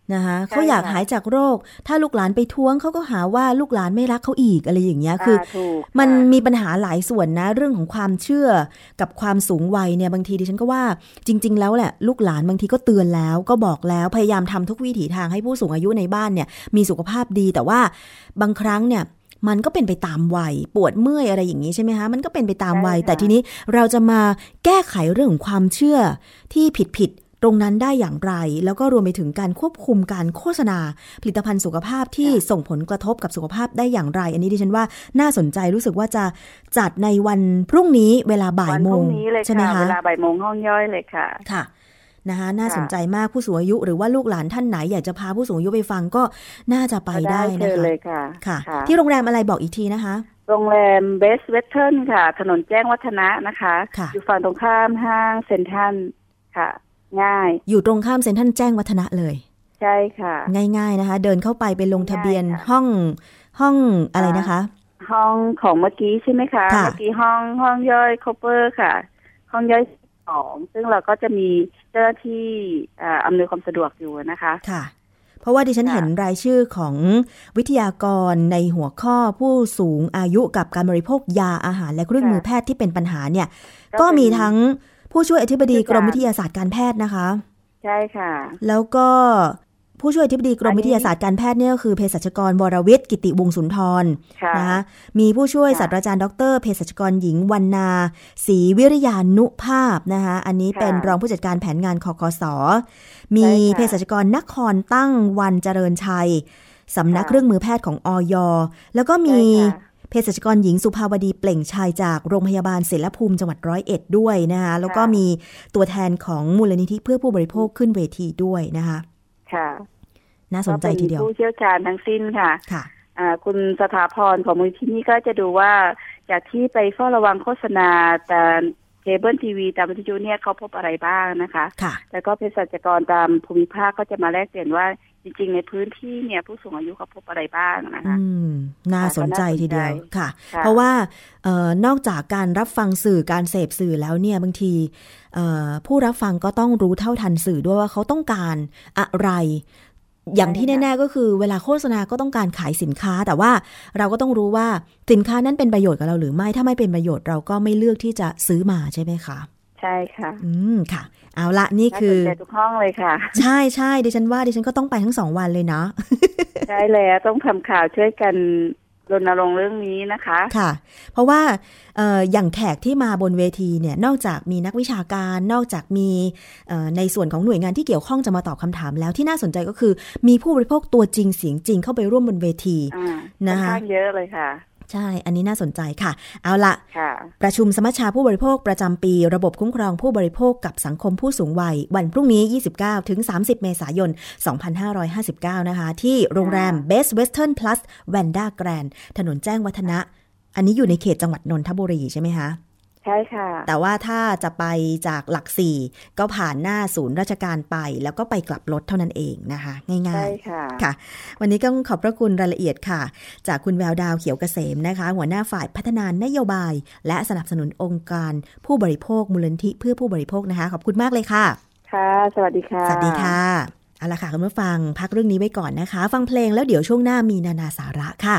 นะคะเขาอยากหายจากโรคถ้าลูกหลานไปท้วงเขาก็หาว่าลูกหลานไม่รักเขาอีกอะไรอย่างเงี้ยคือมันมีปัญหาหลายส่วนนะเรื่องของความเชื่อกับความสูงวัยเนี่ยบางทีดิฉันก็ว่าจริงๆแล้วแหละลูกหลานบางทีก็เตือนแล้วก็บอกแล้วพยายามทำทุกวิถีทางให้ผู้สูงอายุในบ้านเนี่ยมีสุขภาพดีแต่ว่าบางครั้งเนี่ยมันก็เป็นไปตามวัยปวดเมื่อยอะไรอย่างนี้ใช่ไหมคะมันก็เป็นไปตามวัยแต่ทีนี้เราจะมาแก้ไขเรื่องของความเชื่อที่ผิดๆตรงนั้นได้อย่างไรแล้วก็รวมไปถึงการควบคุมการโฆษณาผลิตภัณฑ์สุขภาพที่ส่งผลกระทบกับสุขภาพได้อย่างไรอันนี้ดิฉันว่าน่าสนใจรู้สึกว่าจะจัดในวันพรุ่งนี้เวลาบ่ายโมงใช่ไหมคะเวลาบ่ายโมงห้องย่อยเลยค่ะค่ะนะคะน่าสนใจมากผู้สูงอายุหรือว่าลูกหลานท่านไหนอยากจะพาผู้สูงอายุไปฟังก็น่าจะไปได้นะคะค่ะที่โรงแรมอะไรบอกอีกทีนะคะโรงแรมเบสเวสเทิร์นค่ะถนนแจ้งวัฒนะนะคะอยู่ฝั่งตรงข้ามห้างเซ็นทรัลค่ะง่ายอยู่ตรงข้ามเซ็นทรัลแจ้งวัฒนะเลยใช่ค่ะง่ายๆนะคะเดินเข้าไปไปลงทะเบียนห้องห้องอะไรนะคะห้องของเมื่อกี้ใช่ไหมคะเมื่อกี้ห้องห้องย่อยคอปเปอร์ค่ะห้องย่อยสองซึ่งเราก็จะมีเจ้าหน้าที่อำนวยความสะดวกอยู่นะคะค่ะเพราะว่าดิฉันเห็นรายชื่อของวิทยากรในหัวข้อผู้สูงอายุกับการบริโภคยาอาหารและเครื่องมือแพทย์ที่เป็นปัญหาเนี่ยก็มีทั้งผู้ช่วยอธิบดีกรมวิทยาศาสตร์การแพทย์นะคะใช่ค่ะแล้วก็ผู้ช่วยอธิบดีกรมวิทยาศาสตร์การแพทย์เนี่ยก็คือเภสัชกรวรวิทย์กิติวงศ์สุนทรนะคะมีผู้ช่วยศาสตราจารย์ดรเภสัชกรหญิงวรรณาศรีวิริยานุภาพนะคะอันนี้เป็นรองผู้จัดการแผนงานคกส.มีเภสัชกรนครตั้งวันเจริญชัยสำนักเครื่องมือแพทย์ของอย.แล้วก็มีเภสัชกรหญิงสุภาวดีเปล่งชัยจากโรงพยาบาลเสรภูมิจังหวัดร้อยเอ็ดด้วยนะคะแล้วก็มีตัวแทนของมูลนิธิเพื่อผู้บริโภคขึ้นเวทีด้วยนะคะค่ะน่าสนใจทีเดียวผู้เชี่ยวชาญทั้งสิ้นค่ะค่ะคุณสถาพรของมูลนิธินี้ก็จะดูว่าจากที่ไปเฝ้าระวังโฆษณาแต่เคเบิลทีวีตามวิทยุเนี่ยเขาพบอะไรบ้างนะคะค่ะแล้วก็เภสัชกรตามภูมิภาคก็จะมาแลกเปลี่ยนว่าจริงๆในพื้นที่เนี่ยผู้สูงอายุเขาพบอะไรบ้างนะคะอืมน่าสนใจทีเดียวค่ะเพราะว่าเอ่อนอกจากการรับฟังสื่อการเสพสื่อแล้วเนี่ยบางทีเอ่อผู้รับฟังก็ต้องรู้เท่าทันสื่อด้วยว่าเขาต้องการอะไรอย่างที่แน่ๆก็คือเวลาโฆษณาก็ต้องการขายสินค้าแต่ว่าเราก็ต้องรู้ว่าสินค้านั้นเป็นประโยชน์กับเราหรือไม่ถ้าไม่เป็นประโยชน์เราก็ไม่เลือกที่จะซื้อมาใช่ไหมคะใช่ค่ะอืมค่ะเอาละนี่คือน่าสนใจทุกห้องเลยค่ะใช่ใช่ดิฉันว่าดิฉันก็ต้องไปทั้งสองวันเลยเนาะใช่แล้วต้องทำข่าวช่วยกันรณรงค์เรื่องนี้นะคะค่ะเพราะว่าเอ่ออย่างแขกที่มาบนเวทีเนี่ยนอกจากมีนักวิชาการนอกจากมีเอ่อในส่วนของหน่วยงานที่เกี่ยวข้องจะมาตอบคำถามแล้วที่น่าสนใจก็คือมีผู้บริโภคตัวจริงเสียงจริงเข้าไปร่วมบนเวทีนะคะเยอะเลยค่ะใช่อันนี้น่าสนใจค่ะเอาละประชุมสมัชชาผู้บริโภคประจำปีระบบคุ้มครองผู้บริโภคกับสังคมผู้สูงวัยวันพรุ่งนี้ ยี่สิบเก้าถึงสามสิบ เมษายน สองพันห้าร้อยห้าสิบเก้า นะคะที่โรงแรม Best Western Plus Vanda Grand ถนนแจ้งวัฒนะอันนี้อยู่ในเขตจังหวัดนนทบุรีใช่ไหมคะใช่ค่ะแต่ว่าถ้าจะไปจากหลักสี่ก็ผ่านหน้าศูนย์ราชการไปแล้วก็ไปกลับรถเท่านั้นเองนะคะง่ายๆใช่ค่ะค่ะวันนี้ก็ขอบพระคุณรายละเอียดค่ะจากคุณแววดาวเขียวเกษมนะคะหัวหน้าฝ่ายพัฒนานโยบายและสนับสนุนองค์การผู้บริโภคมูลนิธิเพื่อผู้บริโภคนะคะขอบคุณมากเลยค่ะค่ะสวัสดีค่ะสวัสดีค่ะเอาล่ะค่ะคุณผู้ฟังพักเรื่องนี้ไว้ก่อนนะคะฟังเพลงแล้วเดี๋ยวช่วงหน้ามีนานาสาระค่ะ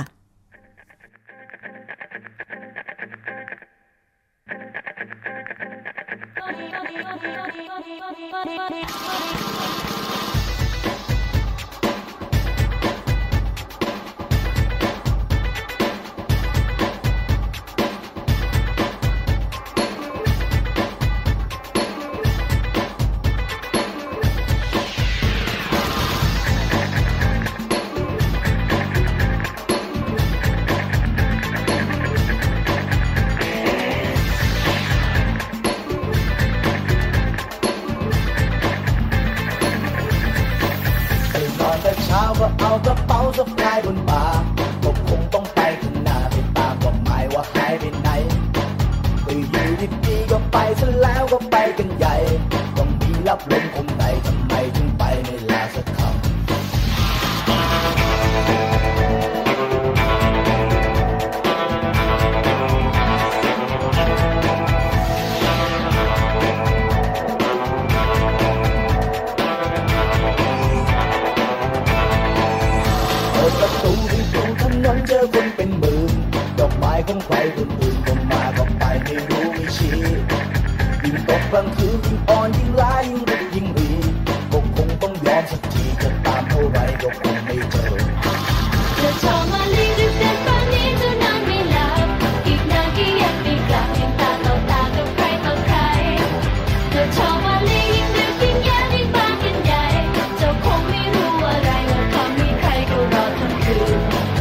ใครคนอื่นก็มาก็ไปไม่รู้ไม่ชี้ยิ่งตกกลางคืนยิ่งอ่อนยิ่งร้ายยิ่งดึกยิ่งรีก็คงต้องยอมสักทีจะตามเท่าไรก็คงไม่เจอเธอชอบมาลีดึกเดินป่านนี้เธอนอนไม่หลับอีกนานกี่ยังไม่กลับยังตาต่อตากับใครต่อใครเธอชอบมาลียิ่งดึกยิ่งแย่ยิ่งบานกันใหญ่เจ้าคงไม่รู้อะไรว่าความมีใครก็รอทั้งคืน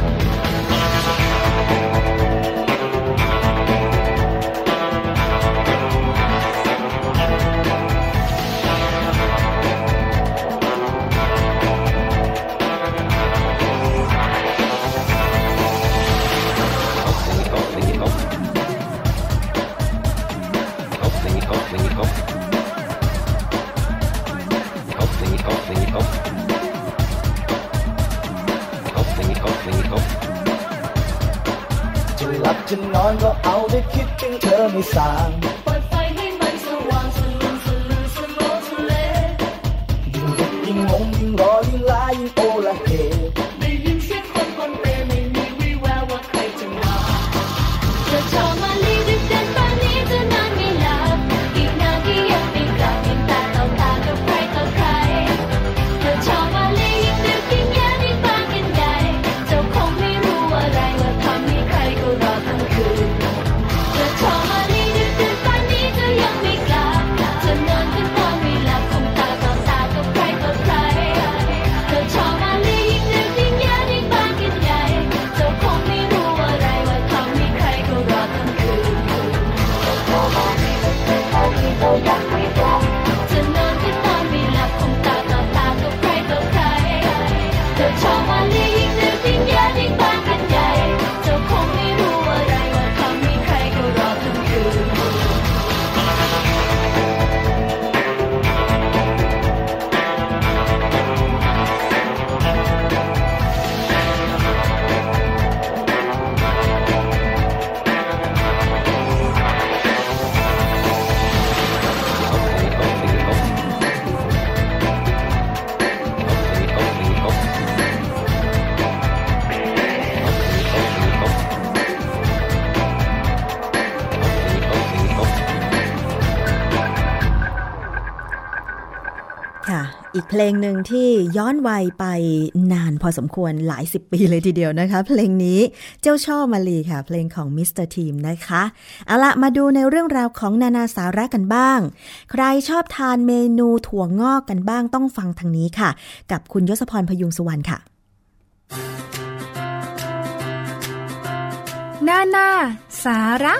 จะหลับจะนอนก็เอาได้คิดถึงเธอไม่สางเปิดไฟให้มันสว่างสลืมสลือสโลสเลยิ่งดึกยิ่งงงยิ่งรอยิ่งลายยิ่งโอละเฮได้ยินเสียงคนบนเปรไม่มีวี่แววว่าใครจะมาเธอชอบมาลีดึกเดินป่านนี้เธอนอนไม่หลับอีกนานกี่ยังไม่กลับยังตาต่อตากับใครต่อใครเธอชอบมาลียิ่งดึกยิ่งแย่ยิ่งบานกันใหญ่เจ้าคงไม่รู้อะไรว่าทำให้ใครก็รอทั้งคืนเธอชอบมาลีดึกเดินป่านนี้เธอยังไม่กลับเธอนอนก็นอนไม่หลับคงตาต่อตากับใครต่อใครเธอชอบมาลียิ่งดึกยิ่งแย่ยิ่งบานกันใหญ่เจ้าคงไม่รู้อะไรว่าทำให้ใครก็รอทั้งคืนเธอนอนก็นอนไม่หลับคงตาต่อตากับใครต่อใครเธอชอบมาลียิ่งดึกยิ่งแย่ยิ่งบานกันใหญ่เจ้าคงไม่รู้อะไรว่าทำให้ใครก็รอทั้งคืนอีกเพลงหนึ่งที่ย้อนวัยไปนานพอสมควรหลายสิบปีเลยทีเดียวนะคะเพลงนี้เจ้าช่อมาลีค่ะเพลงของมิสเตอร์ทีมนะคะเอาละมาดูในเรื่องราวของนานาสาระกันบ้างใครชอบทานเมนูถั่วงอกกันบ้างต้องฟังทางนี้ค่ะกับคุณยศพรพยุงสุวรรณค่ะนานาสาระ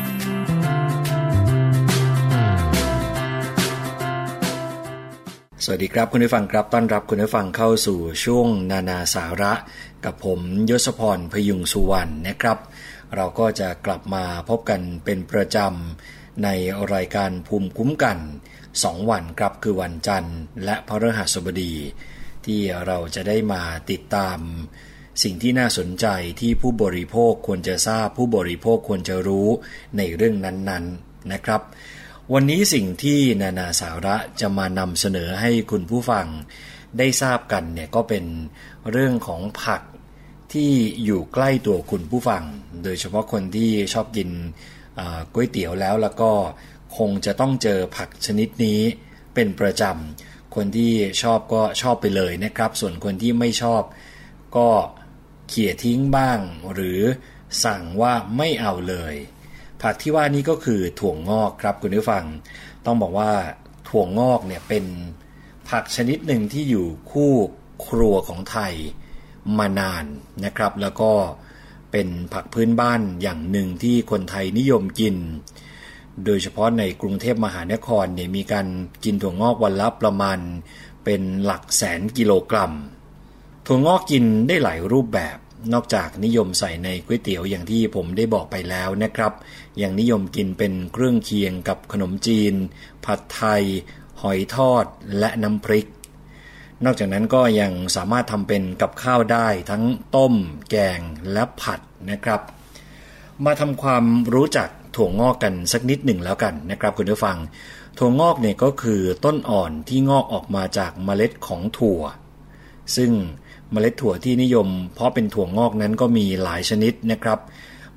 สวัสดีครับคุณผู้ฟังครับต้อนรับคุณผู้ฟังเข้าสู่ช่วงนานาสาระกับผมยศพรพยุงสุวรรณนะครับเราก็จะกลับมาพบกันเป็นประจำในรายการภูมิคุ้มกันสองวันครับคือวันจันทร์และพฤหัสบดีที่เราจะได้มาติดตามสิ่งที่น่าสนใจที่ผู้บริโภคควรจะทราบผู้บริโภคควรจะรู้ในเรื่องนั้นๆนะครับวันนี้สิ่งที่นานาสาระจะมานำเสนอให้คุณผู้ฟังได้ทราบกันเนี่ยก็เป็นเรื่องของผักที่อยู่ใกล้ตัวคุณผู้ฟังโดยเฉพาะคนที่ชอบกินก๋วยเตี๋ยวแล้วแล้วก็คงจะต้องเจอผักชนิดนี้เป็นประจำคนที่ชอบก็ชอบไปเลยนะครับส่วนคนที่ไม่ชอบก็เขี่ยทิ้งบ้างหรือสั่งว่าไม่เอาเลยผักที่ว่านี้ก็คือถั่วงอกครับคุณผู้ฟังต้องบอกว่าถั่วงอกเนี่ยเป็นผักชนิดหนึ่งที่อยู่คู่ครัวของไทยมานานนะครับแล้วก็เป็นผักพื้นบ้านอย่างหนึ่งที่คนไทยนิยมกินโดยเฉพาะในกรุงเทพมหานครเนี่ยมีการกินถั่วงอกวันละประมาณเป็นหลักแสนกิโลกรัมถั่วงอกกินได้หลายรูปแบบนอกจากนิยมใส่ในก๋วยเตี๋ยวอย่างที่ผมได้บอกไปแล้วนะครับยังนิยมกินเป็นเครื่องเคียงกับขนมจีนผัดไทยหอยทอดและน้ำพริกนอกจากนั้นก็ยังสามารถทำเป็นกับข้าวได้ทั้งต้มแกงและผัดนะครับมาทำความรู้จักถั่วงอกกันสักนิดหนึ่งแล้วกันนะครับคุณผู้ฟังถั่วงอกเนี่ยก็คือต้นอ่อนที่งอกออกมาจากเมล็ดของถั่วซึ่งเมล็ดถั่วที่นิยมเพราะเป็นถั่วงอกนั้นก็มีหลายชนิดนะครับ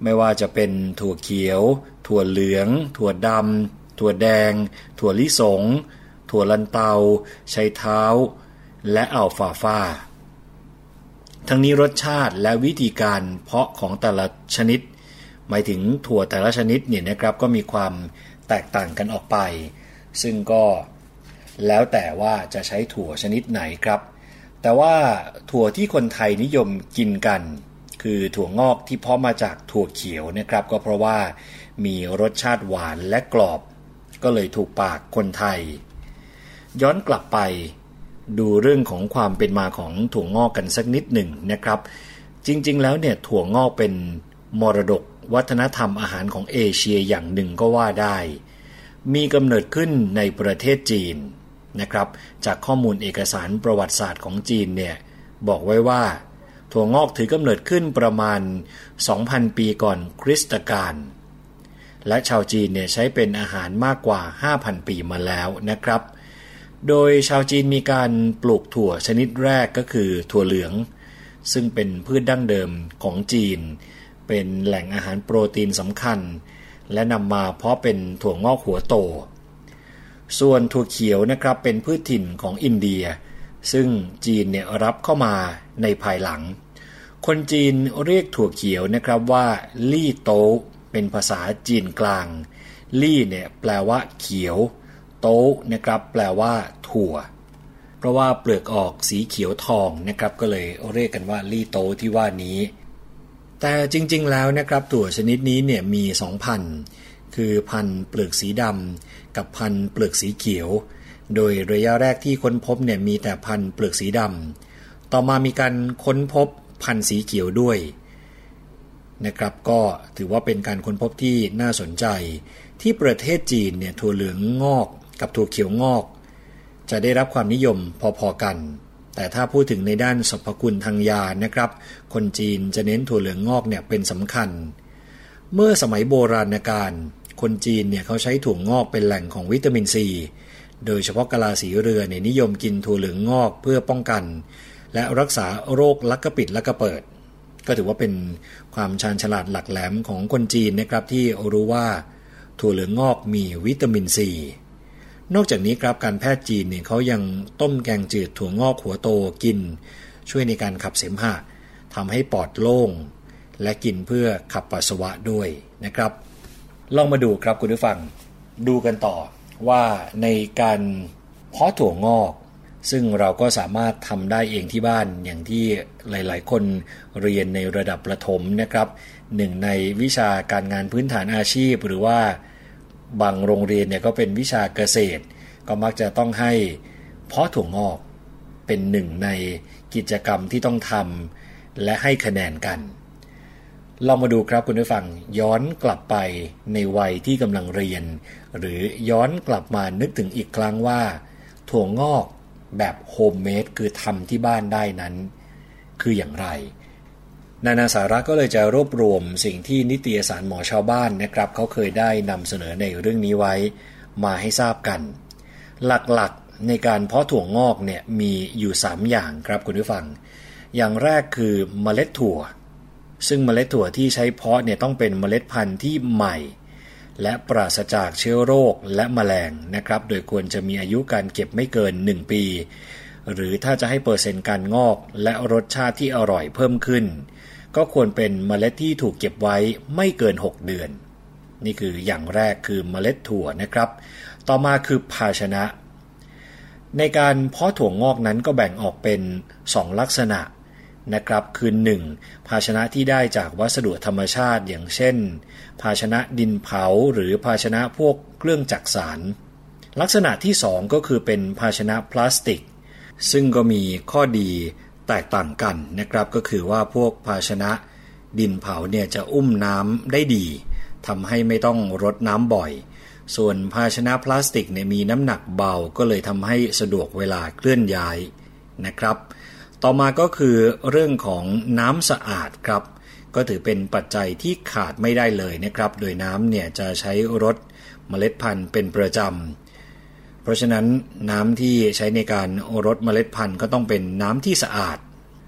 ไม่ว่าจะเป็นถั่วเขียวถั่วเหลืองถั่วดำถั่วแดงถั่วลิสงถั่วลันเตาไชเท้าและอัลฟาฟาทั้งนี้รสชาติและวิธีการเพาะของแต่ละชนิดหมายถึงถั่วแต่ละชนิดเนี่ยนะครับก็มีความแตกต่างกันออกไปซึ่งก็แล้วแต่ว่าจะใช้ถั่วชนิดไหนครับแต่ว่าถั่วที่คนไทยนิยมกินกันคือถั่วงอกที่เพาะมาจากถั่วเขียวนะครับก็เพราะว่ามีรสชาติหวานและกรอบก็เลยถูกปากคนไทยย้อนกลับไปดูเรื่องของความเป็นมาของถั่วงอกกันสักนิดหนึ่งนะครับจริงๆแล้วเนี่ยถั่วงอกเป็นมรดกวัฒนธรรมอาหารของเอเชียอย่างหนึ่งก็ว่าได้มีกำเนิดขึ้นในประเทศจีนนะครับจากข้อมูลเอกสารประวัติศาสตร์ของจีนเนี่ยบอกไว้ว่าถั่วงอกถือกำเนิดขึ้นประมาณ สองพัน ปีก่อนคริสตกาลและชาวจีนเนี่ยใช้เป็นอาหารมากกว่า ห้าพัน ปีมาแล้วนะครับโดยชาวจีนมีการปลูกถั่วชนิดแรกก็คือถั่วเหลืองซึ่งเป็นพืชดั้งเดิมของจีนเป็นแหล่งอาหารโปรตีนสำคัญและนำมาเพาะเป็นถั่วงอกหัวโตส่วนถั่วเขียวนะครับเป็นพืชถิ่นของอินเดียซึ่งจีนเนี่ยรับเข้ามาในภายหลังคนจีนเรียกถั่วเขียวนะครับว่าลี่โตเป็นภาษาจีนกลางลี่เนี่ยแปลว่าเขียวโตนะครับแปลว่าถั่วเพราะว่าเปลือกออกสีเขียวทองนะครับก็เลยเรียกกันว่าลี่โตที่ว่านี้แต่จริงๆแล้วนะครับถั่วชนิดนี้เนี่ยมีสองพันธุ์คือพันธุ์เปลือกสีดำกับพันธุ์เปลือกสีเขียวโดยระยะแรกที่ค้นพบเนี่ยมีแต่พันธุ์เปลือกสีดำต่อมามีการค้นพบพันธุ์สีเขียวด้วยนะครับก็ถือว่าเป็นการค้นพบที่น่าสนใจที่ประเทศจีนเนี่ยถั่วเหลืองงอกกับถั่วเขียวงอกจะได้รับความนิยมพอๆกันแต่ถ้าพูดถึงในด้านสรรพคุณทางยานะครับคนจีนจะเน้นถั่วเหลืองงอกเนี่ยเป็นสำคัญเมื่อสมัยโบราณกาลคนจีนเนี่ยเขาใช้ถั่วงอกเป็นแหล่งของวิตามินซีโดยเฉพาะกะลาสีเรือเนี่ยนิยมกินถั่วเหลืองงอกเพื่อป้องกันและรักษาโรคลักกระปิดลักกระเปิดก็ถือว่าเป็นความชาญฉลาดหลักแหลมของคนจีนนะครับที่รู้ว่าถั่วเหลืองงอกมีวิตามินซีนอกจากนี้ครับการแพทย์จีนเนี่ยเขายังต้มแกงจืดถั่วงอกหัวโตกินช่วยในการขับเสมหะทำให้ปอดโล่งและกินเพื่อขับปัสสาวะด้วยนะครับลองมาดูครับคุณผู้ฟังดูกันต่อว่าในการเพาะถั่วงอกซึ่งเราก็สามารถทำได้เองที่บ้านอย่างที่หลายๆคนเรียนในระดับประถมนะครับหนึ่งในวิชาการงานพื้นฐานอาชีพหรือว่าบางโรงเรียนเนี่ยก็เป็นวิชาเกษตรก็มักจะต้องให้เพาะถั่วงอกเป็นหนึ่งในกิจกรรมที่ต้องทำและให้คะแนนกันลองมาดูครับคุณผู้ฟังย้อนกลับไปในวัยที่กำลังเรียนหรือย้อนกลับมานึกถึงอีกครั้งว่าถั่วงอกแบบโฮมเมดคือทำที่บ้านได้นั้นคืออย่างไรนานาสาระก็เลยจะรวบรวมสิ่งที่นิตยสารหมอชาวบ้านนะครับเขาเคยได้นำเสนอในเรื่องนี้ไว้มาให้ทราบกันหลักๆในการเพาะถั่วงอกเนี่ยมีอยู่สามอย่างครับคุณผู้ฟังอย่างแรกคือเมล็ดถั่วซึ่งเมล็ดถั่วที่ใช้เพาะเนี่ยต้องเป็นเมล็ดพันธุ์ที่ใหม่และปราศจากเชื้อโรคและแมลงนะครับโดยควรจะมีอายุการเก็บไม่เกินหนึ่งปีหรือถ้าจะให้เปอร์เซ็นต์การงอกและรสชาติที่อร่อยเพิ่มขึ้นก็ควรเป็นเมล็ดที่ถูกเก็บไว้ไม่เกินหกเดือนนี่คืออย่างแรกคือเมล็ดถั่วนะครับต่อมาคือภาชนะในการเพาะถั่วงอกนั้นก็แบ่งออกเป็นสองลักษณะนะครับคือหนึ่งภาชนะที่ได้จากวัสดุธรรมชาติอย่างเช่นภาชนะดินเผาหรือภาชนะพวกเครื่องจักสานลักษณะที่สองก็คือเป็นภาชนะพลาสติกซึ่งก็มีข้อดีแตกต่างกันนะครับก็คือว่าพวกภาชนะดินเผาเนี่ยจะอุ้มน้ำได้ดีทำให้ไม่ต้องรดน้ำบ่อยส่วนภาชนะพลาสติกเนี่ยมีน้ำหนักเบาก็เลยทำให้สะดวกเวลาเคลื่อนย้ายนะครับต่อมาก็คือเรื่องของน้ำสะอาดครับก็ถือเป็นปัจจัยที่ขาดไม่ได้เลยนะครับโดยน้ำเนี่ยจะใช้รดเมล็ดพันธุ์เป็นประจำเพราะฉะนั้นน้ำที่ใช้ในการรดเมล็ดพันธุ์ก็ต้องเป็นน้ำที่สะอาด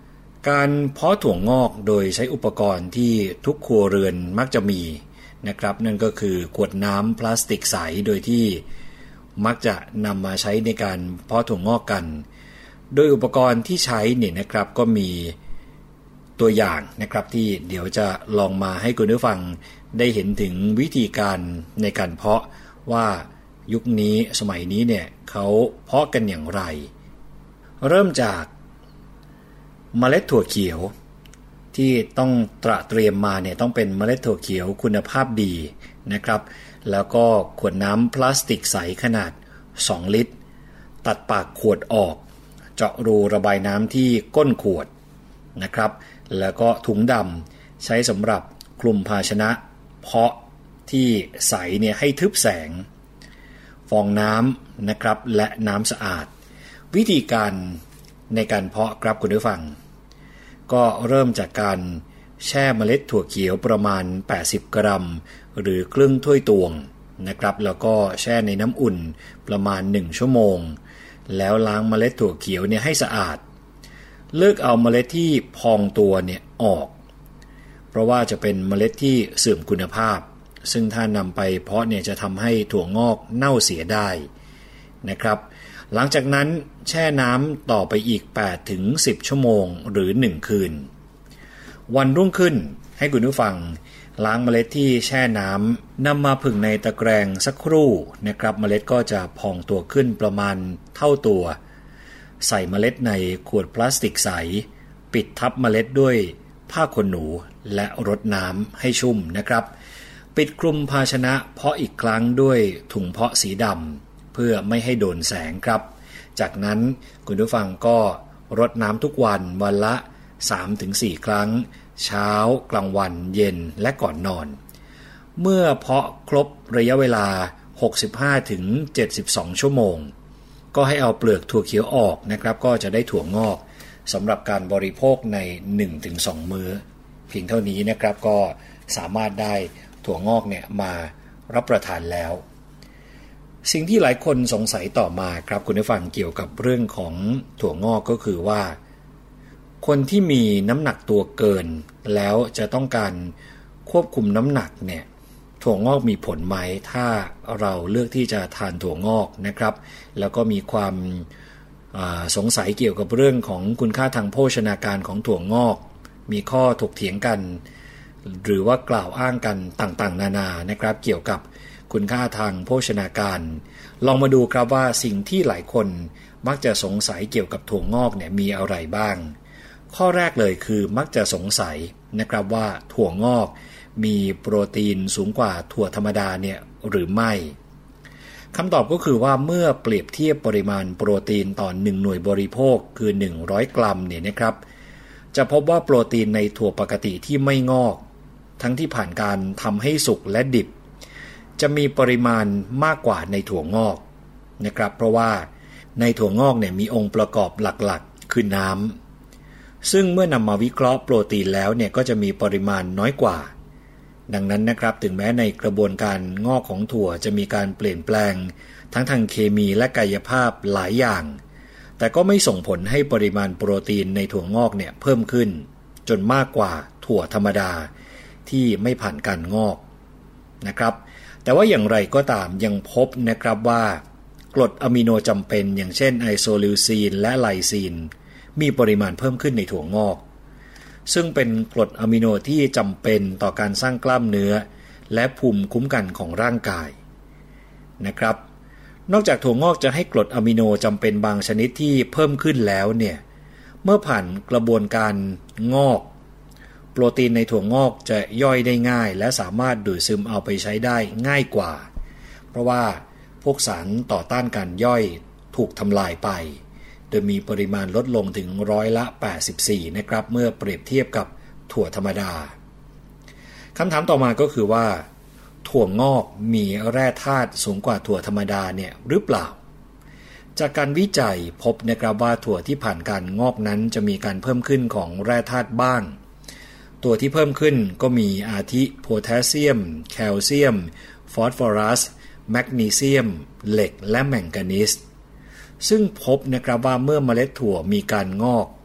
การเพาะถั่วงอกโดยใช้อุปกรณ์ที่ทุกครัวเรือนมักจะมีนะครับนั่นก็คือขวดน้ำพลาสติกใสโดยที่มักจะนำมาใช้ในการเพาะถั่วงอกกันโดยอุปกรณ์ที่ใช้เนี่ยนะครับก็มีตัวอย่างนะครับที่เดี๋ยวจะลองมาให้คุณผู้ฟังได้เห็นถึงวิธีการในการเพาะว่ายุคนี้สมัยนี้เนี่ยเขาเพาะกันอย่างไรเริ่มจากเมล็ดถั่วเขียวที่ต้องตระเตรียมมาเนี่ยต้องเป็นเมล็ดถั่วเขียวคุณภาพดีนะครับแล้วก็ขวดน้ำพลาสติกใสขนาดสองลิตรตัดปากขวดออกเจาะรูระบายน้ำที่ก้นขวดนะครับแล้วก็ถุงดำใช้สำหรับคลุมภาชนะเพาะที่ใสเนี่ยให้ทึบแสงฟองน้ำนะครับและน้ำสะอาดวิธีการในการเพาะครับคุณผู้ฟังก็เริ่มจากการแช่เมล็ดถั่วเขียวประมาณแปดสิบกรัมหรือครึ่งถ้วยตวงนะครับแล้วก็แช่ในน้ำอุ่นประมาณหนึ่งชั่วโมงแล้วล้างเมล็ดถั่วเขียวเนี่ยให้สะอาดเลือกเอาเมล็ดที่พองตัวเนี่ยออกเพราะว่าจะเป็นเมล็ดที่เสื่อมคุณภาพซึ่งถ้านำไปเพาะเนี่ยจะทำให้ถั่วงอกเน่าเสียได้นะครับหลังจากนั้นแช่น้ำต่อไปอีก แปดถึงสิบ ชั่วโมงหรือหนึ่งคืนวันรุ่งขึ้นให้คุณผู้ฟังล้างเมล็ดที่แช่น้ำนำมาผึ่งในตะแกรงสักครู่นะครับเมล็ดก็จะพองตัวขึ้นประมาณเท่าตัวใส่เมล็ดในขวดพลาสติกใสปิดทับเมล็ดด้วยผ้าขนหนูและรดน้ำให้ชุ่มนะครับปิดคลุมภาชนะเพาะอีกครั้งด้วยถุงเพาะสีดำเพื่อไม่ให้โดนแสงครับจากนั้นคุณผู้ฟังก็รดน้ำทุกวันวันละ สามถึงสี่ ครั้งเช้ากลางวันเย็นและก่อนนอนเมื่อเพาะครบระยะเวลา หกสิบห้าถึงเจ็ดสิบสอง ชั่วโมงก็ให้เอาเปลือกถั่วเขียวออกนะครับก็จะได้ถั่วงอกสำหรับการบริโภคใน หนึ่งถึงสอง มื้อเพียงเท่านี้นะครับก็สามารถได้ถั่วงอกเนี่ยมารับประทานแล้วสิ่งที่หลายคนสงสัยต่อมาครับคุณผู้ฟังเกี่ยวกับเรื่องของถั่วงอกก็คือว่าคนที่มีน้ำหนักตัวเกินแล้วจะต้องการควบคุมน้ำหนักเนี่ยถั่วงอกมีผลไหมถ้าเราเลือกที่จะทานถั่วงอกนะครับแล้วก็มีความสงสัยเกี่ยวกับเรื่องของคุณค่าทางโภชนาการของถั่วงอกมีข้อถกเถียงกันหรือว่ากล่าวอ้างกันต่างๆนานานะครับเกี่ยวกับคุณค่าทางโภชนาการลองมาดูครับว่าสิ่งที่หลายคนมักจะสงสัยเกี่ยวกับถั่วงอกเนี่ยมีอะไรบ้างข้อแรกเลยคือมักจะสงสัยนะครับว่าถั่วงอกมีโปรตีนสูงกว่าถั่วธรรมดาเนี่ยหรือไม่คำตอบก็คือว่าเมื่อเปรียบเทียบปริมาณโปรตีนต่อหนึ่งหน่วยบริโภคคือหนึ่งร้อยกรัมเนี่ยนะครับจะพบว่าโปรตีนในถั่วปกติที่ไม่งอกทั้งที่ผ่านการทำให้สุกและดิบจะมีปริมาณมากกว่าในถั่วงอกนะครับเพราะว่าในถั่วงอกเนี่ยมีองค์ประกอบหลักๆคือน้ำซึ่งเมื่อนำมาวิเคราะห์โปรตีนแล้วเนี่ยก็จะมีปริมาณน้อยกว่าดังนั้นนะครับถึงแม้ในกระบวนการงอกของถั่วจะมีการเปลี่ยนแปลงทั้งทางเคมีและกายภาพหลายอย่างแต่ก็ไม่ส่งผลให้ปริมาณโปรตีนในถั่วงอกเนี่ยเพิ่มขึ้นจนมากกว่าถั่วธรรมดาที่ไม่ผ่านการงอกนะครับแต่ว่าอย่างไรก็ตามยังพบนะครับว่ากรดอะมิโนจำเป็นอย่างเช่นไอโซลิวซีนและไลซีนมีปริมาณเพิ่มขึ้นในถั่วงอกซึ่งเป็นกรดอะมิโนที่จำเป็นต่อการสร้างกล้ามเนื้อและภูมิคุ้มกันของร่างกายนะครับนอกจากถั่วงอกจะให้กรดอะมิโนจำเป็นบางชนิดที่เพิ่มขึ้นแล้วเนี่ยเมื่อผ่านกระบวนการงอกโปรตีนในถั่วงอกจะย่อยได้ง่ายและสามารถดูดซึมเอาไปใช้ได้ง่ายกว่าเพราะว่าพวกสารต่อต้านการย่อยถูกทำลายไปโดยมีปริมาณลดลงถึงร้อยละแปดสิบสี่นะครับเมื่อเปรียบเทียบกับถั่วธรรมดาคำถามต่อมาก็คือว่าถั่วงอกมีแร่ธาตุสูงกว่าถั่วธรรมดาเนี่ยหรือเปล่าจากการวิจัยพบนะครับว่าถั่วที่ผ่านการงอกนั้นจะมีการเพิ่มขึ้นของแร่ธาตุบ้างตัวที่เพิ่มขึ้นก็มีอาทิโพแทสเซียมแคลเซียมฟอสฟอรัสแมกนีเซียมเหล็กและแมงกานีสซึ่งพบนะครับว่าเมื่อเมล็ดถั่วมีการงอก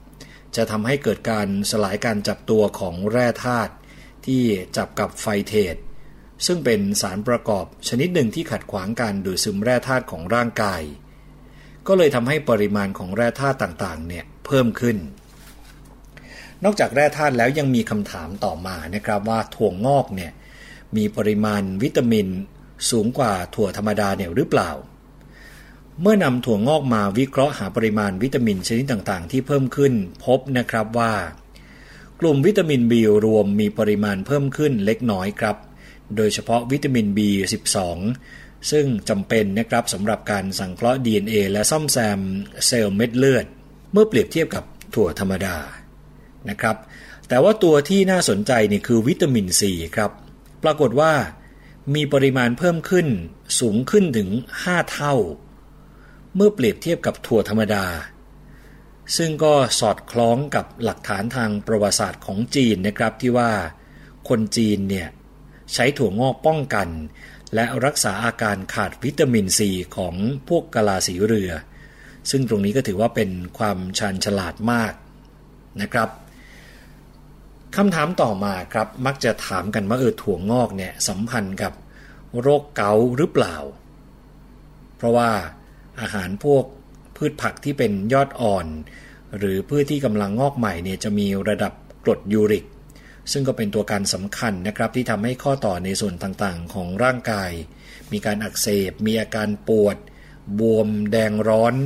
จะทำให้เกิดการสลายการจับตัวของแร่ธาตุที่จับกับไฟเทตซึ่งเป็นสารประกอบชนิดหนึ่งที่ขัดขวางการดูดซึมแร่ธาตุของร่างกายก็เลยทำให้ปริมาณของแร่ธาตุต่างๆเนี่ยเพิ่มขึ้นนอกจากแร่ธาตุแล้วยังมีคำถามต่อมานะครับว่าถั่วงอกเนี่ยมีปริมาณวิตามินสูงกว่าถั่วธรรมดาเนี่ยหรือเปล่าเมื่อนำถั่วงอกมาวิเคราะห์หาปริมาณวิตามินชนิดต่างๆที่เพิ่มขึ้นพบนะครับว่ากลุ่มวิตามิน B รวมมีปริมาณเพิ่มขึ้นเล็กน้อยครับโดยเฉพาะวิตามิน บี สิบสอง ซึ่งจำเป็นนะครับสำหรับการสังเคราะห์ ดี เอ็น เอ และซ่อมแซมเซลล์เม็ดเลือดเมื่อเปรียบเทียบกับถั่วธรรมดานะครับแต่ว่าตัวที่น่าสนใจนี่คือวิตามิน ซี ครับปรากฏว่ามีปริมาณเพิ่มขึ้นสูงขึ้นถึงห้าเท่าเมื่อเปรียบเทียบกับถั่วธรรมดาซึ่งก็สอดคล้องกับหลักฐานทางประวัติศาสตร์ของจีนนะครับที่ว่าคนจีนเนี่ยใช้ถั่วงอกป้องกันและรักษาอาการขาดวิตามินซีของพวกกะลาสีเรือซึ่งตรงนี้ก็ถือว่าเป็นความชาญฉลาดมากนะครับคำถามต่อมาครับมักจะถามกันว่าเออถั่วงอกเนี่ยสัมพันธ์กับโรคเกาต์หรือเปล่าเพราะว่าอาหารพวกพืชผักที่เป็นยอดอ่อนหรือพืชที่กำลังงอกใหม่เนี่ยจะมีระดับกรดยูริกซึ่งก็เป็นตัวการสำคัญนะครับที่ทำให้ข้อต่อในส่วนต่างๆของร่างกายมีการอักเสบมีอาการปวดบวมแดงร้อน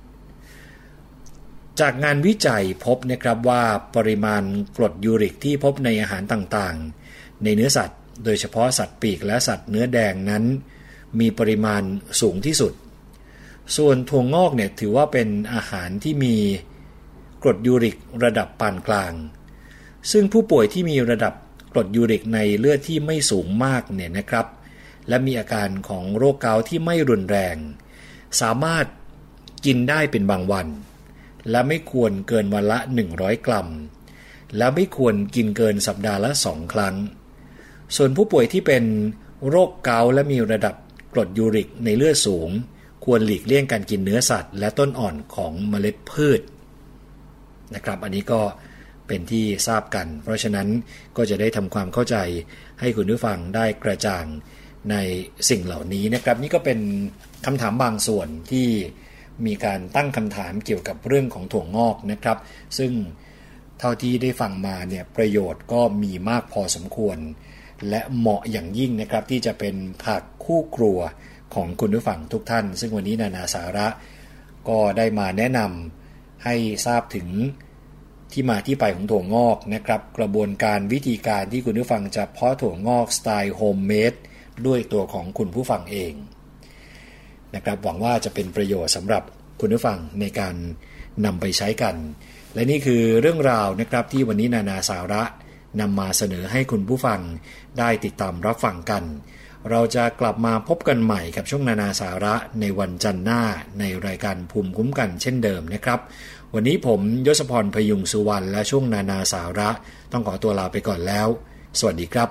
จากงานวิจัยพบนะครับว่าปริมาณกรดยูริกที่พบในอาหารต่างๆในเนื้อสัตว์โดยเฉพาะสัตว์ปีกและสัตว์เนื้อแดงนั้นมีปริมาณสูงที่สุดส่วนถั่วงอกเนี่ยถือว่าเป็นอาหารที่มีกรดยูริกระดับปานกลางซึ่งผู้ป่วยที่มีระดับกรดยูริกในเลือดที่ไม่สูงมากเนี่ยนะครับและมีอาการของโรคเกาต์ที่ไม่รุนแรงสามารถกินได้เป็นบางวันและไม่ควรเกินวันละหนึ่งร้อยกรัมและไม่ควรกินเกินสัปดาห์ละสองครั้งส่วนผู้ป่วยที่เป็นโรคเกาต์และมีระดับกรดยูริกในเลือดสูงควรหลีกเลี่ยงการกินเนื้อสัตว์และต้นอ่อนของเมล็ดพืชนะครับอันนี้ก็เป็นที่ทราบกันเพราะฉะนั้นก็จะได้ทำความเข้าใจให้คุณผู้ฟังได้กระจ่างในสิ่งเหล่านี้นะครับนี่ก็เป็นคำถามบางส่วนที่มีการตั้งคำถามเกี่ยวกับเรื่องของถั่วงอกนะครับซึ่งเท่าที่ได้ฟังมาเนี่ยประโยชน์ก็มีมากพอสมควรและเหมาะอย่างยิ่งนะครับที่จะเป็นผักคู่ครัวของคุณผู้ฟังทุกท่านซึ่งวันนี้นานาสาระก็ได้มาแนะนำให้ทราบถึงที่มาที่ไปของถั่วงอกนะครับกระบวนการวิธีการที่คุณผู้ฟังจะเพาะถั่วงอกสไตล์โฮมเมดด้วยตัวของคุณผู้ฟังเองนะครับหวังว่าจะเป็นประโยชน์สำหรับคุณผู้ฟังในการนำไปใช้กันและนี่คือเรื่องราวนะครับที่วันนี้นานาสาระนำมาเสนอให้คุณผู้ฟังได้ติดตามรับฟังกันเราจะกลับมาพบกันใหม่กับช่วงนานาสาระในวันจันทร์หน้าในรายการภูมิคุ้มกันเช่นเดิมนะครับวันนี้ผมยศพรพยุงสุวรรณและช่วงนานาสาระต้องขอตัวลาไปก่อนแล้วสวัสดีครับ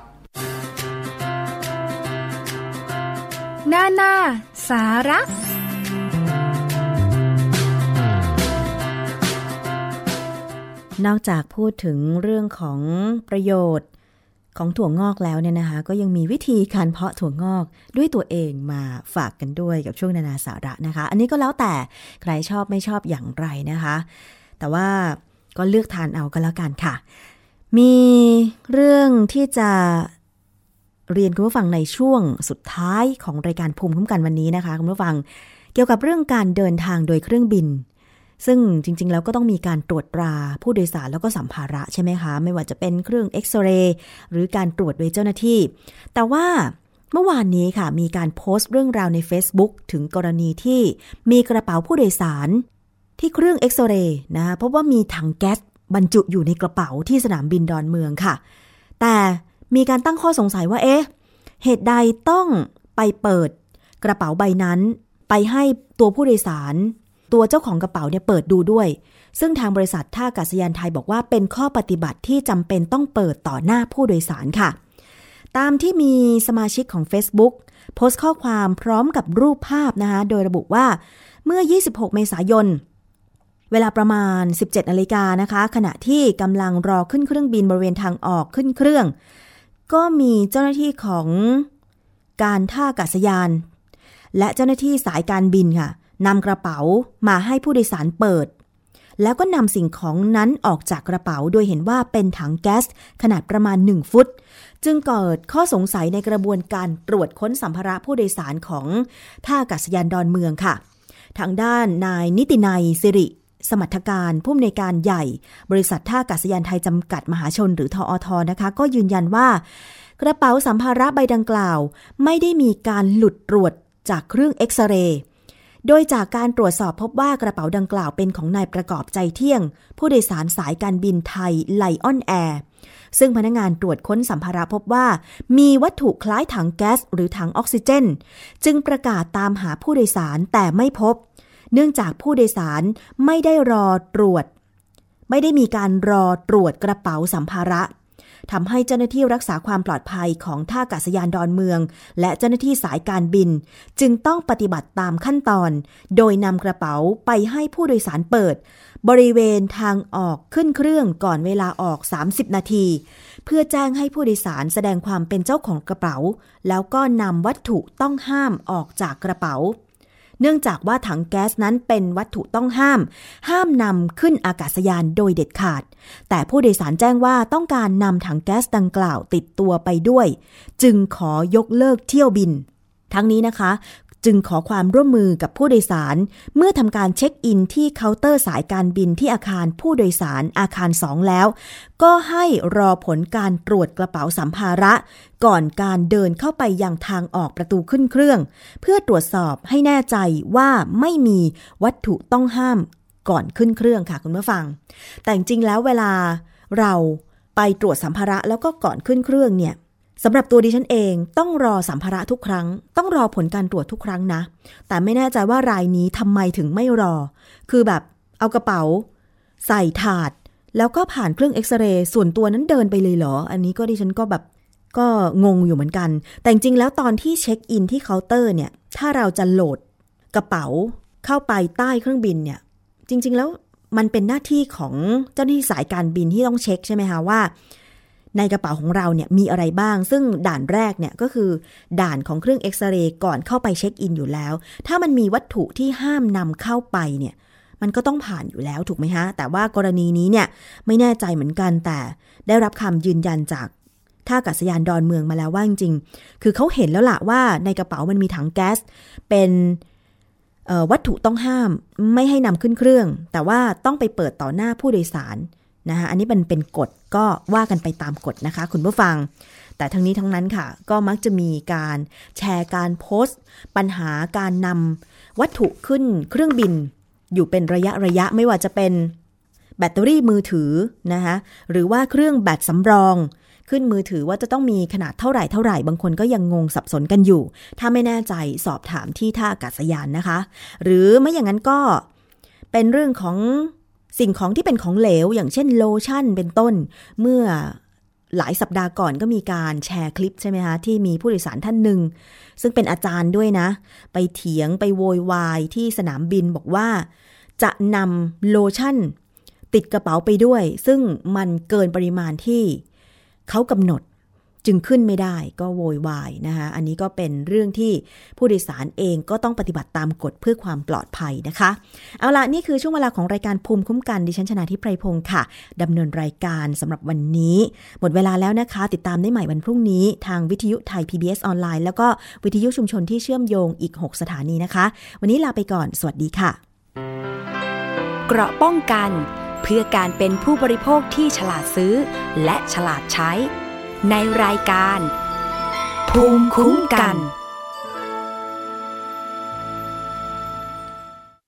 นานาสาระนอกจากพูดถึงเรื่องของประโยชน์ของถั่วงอกแล้วเนี่ยนะคะก็ยังมีวิธีการเพาะถั่วงอกด้วยตัวเองมาฝากกันด้วยกับช่วงนานาสาระนะคะอันนี้ก็แล้วแต่ใครชอบไม่ชอบอย่างไรนะคะแต่ว่าก็เลือกทานเอาก็แล้วกันค่ะมีเรื่องที่จะเรียนคุณผู้ฟังในช่วงสุดท้ายของรายการภูมิคุ้มกันวันนี้นะคะคุณผู้ฟังเกี่ยวกับเรื่องการเดินทางโดยเครื่องบินซึ่งจริงๆแล้วก็ต้องมีการตรวจตราผู้โดยสารแล้วก็สัมภาระใช่ไหมคะไม่ว่าจะเป็นเครื่องเอ็กซเรย์หรือการตรวจโดยเจ้าหน้าที่แต่ว่าเมื่อวานนี้ค่ะมีการโพสต์เรื่องราวใน Facebook ถึงกรณีที่มีกระเป๋าผู้โดยสารที่เครื่องเอ็กซเรย์นะคะเพราะว่ามีถังแก๊สบรรจุอยู่ในกระเป๋าที่สนามบินดอนเมืองค่ะแต่มีการตั้งข้อสงสัยว่าเอ๊ะเหตุใดต้องไปเปิดกระเป๋าใบนั้นไปให้ตัวผู้โดยสารตัวเจ้าของกระเป๋าเนี่ยเปิดดูด้วยซึ่งทางบริษัทท่าอากาศยานไทยบอกว่าเป็นข้อปฏิบัติที่จำเป็นต้องเปิดต่อหน้าผู้โดยสารค่ะตามที่มีสมาชิกของ Facebook โพสต์ข้อความพร้อมกับรูปภาพนะคะโดยระบุว่าเมื่อยี่สิบหกเมษายนเวลาประมาณ สิบเจ็ดนาฬิกานะคะขณะที่กำลังรอขึ้นเครื่องบินบริเวณทางออกขึ้นเครื่องก็มีเจ้าหน้าที่ของการท่าอากาศยานและเจ้าหน้าที่สายการบินค่ะนำกระเป๋ามาให้ผู้โดยสารเปิดแล้วก็นำสิ่งของนั้นออกจากกระเป๋าโดยเห็นว่าเป็นถังแก๊สขนาดประมาณหนึ่งฟุตจึงเกิดข้อสงสัยในกระบวนการตรวจค้นสัมภาระผู้โดยสารของท่าอากาศยานดอนเมืองค่ะทางด้านนายนิตินัยสิริสมรรถการผู้อำนวยการใหญ่บริษัทท่าอากาศยานไทยจำกัดมหาชนหรือทอทนะคะก็ยืนยันว่ากระเป๋าสัมภาระใบดังกล่าวไม่ได้มีการหลุดตรวจจากเครื่องเอ็กซเรย์โดยจากการตรวจสอบพบว่ากระเป๋าดังกล่าวเป็นของนายประกอบใจเที่ยงผู้โดยสารสายการบินไทยไลออนแอร์ซึ่งพนักงานตรวจค้นสัมภาระพบว่ามีวัตถุคล้ายถังแก๊สหรือถังออกซิเจนจึงประกาศตามหาผู้โดยสารแต่ไม่พบเนื่องจากผู้โดยสารไม่ได้รอตรวจไม่ได้มีการรอตรวจกระเป๋าสัมภาระทำให้เจ้าหน้าที่รักษาความปลอดภัยของท่าอากาศยานดอนเมืองและเจ้าหน้าที่สายการบินจึงต้องปฏิบัติตามขั้นตอนโดยนำกระเป๋าไปให้ผู้โดยสารเปิดบริเวณทางออกขึ้นเครื่องก่อนเวลาออกสามสิบนาทีเพื่อแจ้งให้ผู้โดยสารแสดงความเป็นเจ้าของกระเป๋าแล้วก็นำวัตถุต้องห้ามออกจากกระเป๋าเนื่องจากว่าถังแก๊สนั้นเป็นวัตถุต้องห้ามห้ามนำขึ้นอากาศยานโดยเด็ดขาดแต่ผู้โดยสารแจ้งว่าต้องการนำถังแก๊สดังกล่าวติดตัวไปด้วยจึงขอยกเลิกเที่ยวบินทั้งนี้นะคะจึงขอความร่วมมือกับผู้โดยสารเมื่อทำการเช็คอินที่เคาน์เตอร์สายการบินที่อาคารผู้โดยสารอาคารสองแล้วก็ให้รอผลการตรวจกระเป๋าสัมภาระก่อนการเดินเข้าไปยังทางออกประตูขึ้นเครื่องเพื่อตรวจสอบให้แน่ใจว่าไม่มีวัตถุต้องห้ามก่อนขึ้นเครื่องค่ะคุณผู้ฟังแต่จริงๆแล้วเวลาเราไปตรวจสัมภาระแล้วก็ก่อนขึ้นเครื่องเนี่ยสำหรับตัวดิฉันเองต้องรอสัมภาระทุกครั้งต้องรอผลการตรวจทุกครั้งนะแต่ไม่แน่ใจว่ารายนี้ทำไมถึงไม่รอคือแบบเอากระเป๋าใส่ถาดแล้วก็ผ่านเครื่องเอ็กซเรย์ส่วนตัวนั้นเดินไปเลยเหรออันนี้ก็ดิฉันก็แบบก็งงอยู่เหมือนกันแต่จริงๆแล้วตอนที่เช็คอินที่เคาน์เตอร์เนี่ยถ้าเราจะโหลดกระเป๋าเข้าไปใต้เครื่องบินเนี่ยจริงๆแล้วมันเป็นหน้าที่ของเจ้าหน้าที่สายการบินที่ต้องเช็คใช่ไหมคะว่าในกระเป๋าของเราเนี่ยมีอะไรบ้างซึ่งด่านแรกเนี่ยก็คือด่านของเครื่องเอ็กซเรย์ก่อนเข้าไปเช็คอินอยู่แล้วถ้ามันมีวัตถุที่ห้ามนำเข้าไปเนี่ยมันก็ต้องผ่านอยู่แล้วถูกไหมฮะแต่ว่ากรณีนี้เนี่ยไม่แน่ใจเหมือนกันแต่ได้รับคำยืนยันจากท่าอากาศยานดอนเมืองมาแล้วว่าจริงๆคือเขาเห็นแล้วล่ะว่าในกระเป๋ามันมีถังแก๊สเป็นวัตถุต้องห้ามไม่ให้นำขึ้นเครื่องแต่ว่าต้องไปเปิดต่อหน้าผู้โดยสารนะคะอันนี้มันเป็นกฎก็ว่ากันไปตามกฎนะคะคุณผู้ฟังแต่ทั้งนี้ทั้งนั้นค่ะก็มักจะมีการแชร์การโพสต์ปัญหาการนำวัตถุขึ้นเครื่องบินอยู่เป็นระยะระยะไม่ว่าจะเป็นแบตเตอรี่มือถือนะคะหรือว่าเครื่องแบตสำรองขึ้นมือถือว่าจะต้องมีขนาดเท่าไหร่เท่าไหร่บางคนก็ยังงงสับสนกันอยู่ถ้าไม่แน่ใจสอบถามที่ท่าอากาศยานนะคะหรือไม่อย่างนั้นก็เป็นเรื่องของสิ่งของที่เป็นของเหลวอย่างเช่นโลชั่นเป็นต้นเมื่อหลายสัปดาห์ก่อนก็มีการแชร์คลิปใช่ไหมคะที่มีผู้โดยสารท่านหนึ่งซึ่งเป็นอาจารย์ด้วยนะไปเถียงไปโวยวายที่สนามบินบอกว่าจะนำโลชั่นติดกระเป๋าไปด้วยซึ่งมันเกินปริมาณที่เขากำหนดจึงขึ้นไม่ได้ก็โวยวายนะคะอันนี้ก็เป็นเรื่องที่ผู้โดยสารเองก็ต้องปฏิบัติตามกฎเพื่อความปลอดภัยนะคะเอาล่ะนี่คือช่วงเวลาของรายการภูมิคุ้มกันดิฉันชนาธิปไพพงศ์ค่ะดำเนินรายการสำหรับวันนี้หมดเวลาแล้วนะคะติดตามได้ใหม่วันพรุ่งนี้ทางวิทยุไทย พี บี เอส ออนไลน์แล้วก็วิทยุชุมชนที่เชื่อมโยงอีกหกสถานีนะคะวันนี้ลาไปก่อนสวัสดีค่ะเกราะป้องกันเพื่อการเป็นผู้บริโภคที่ฉลาดซื้อและฉลาดใช้ในรายการภูมิคุ้มกัน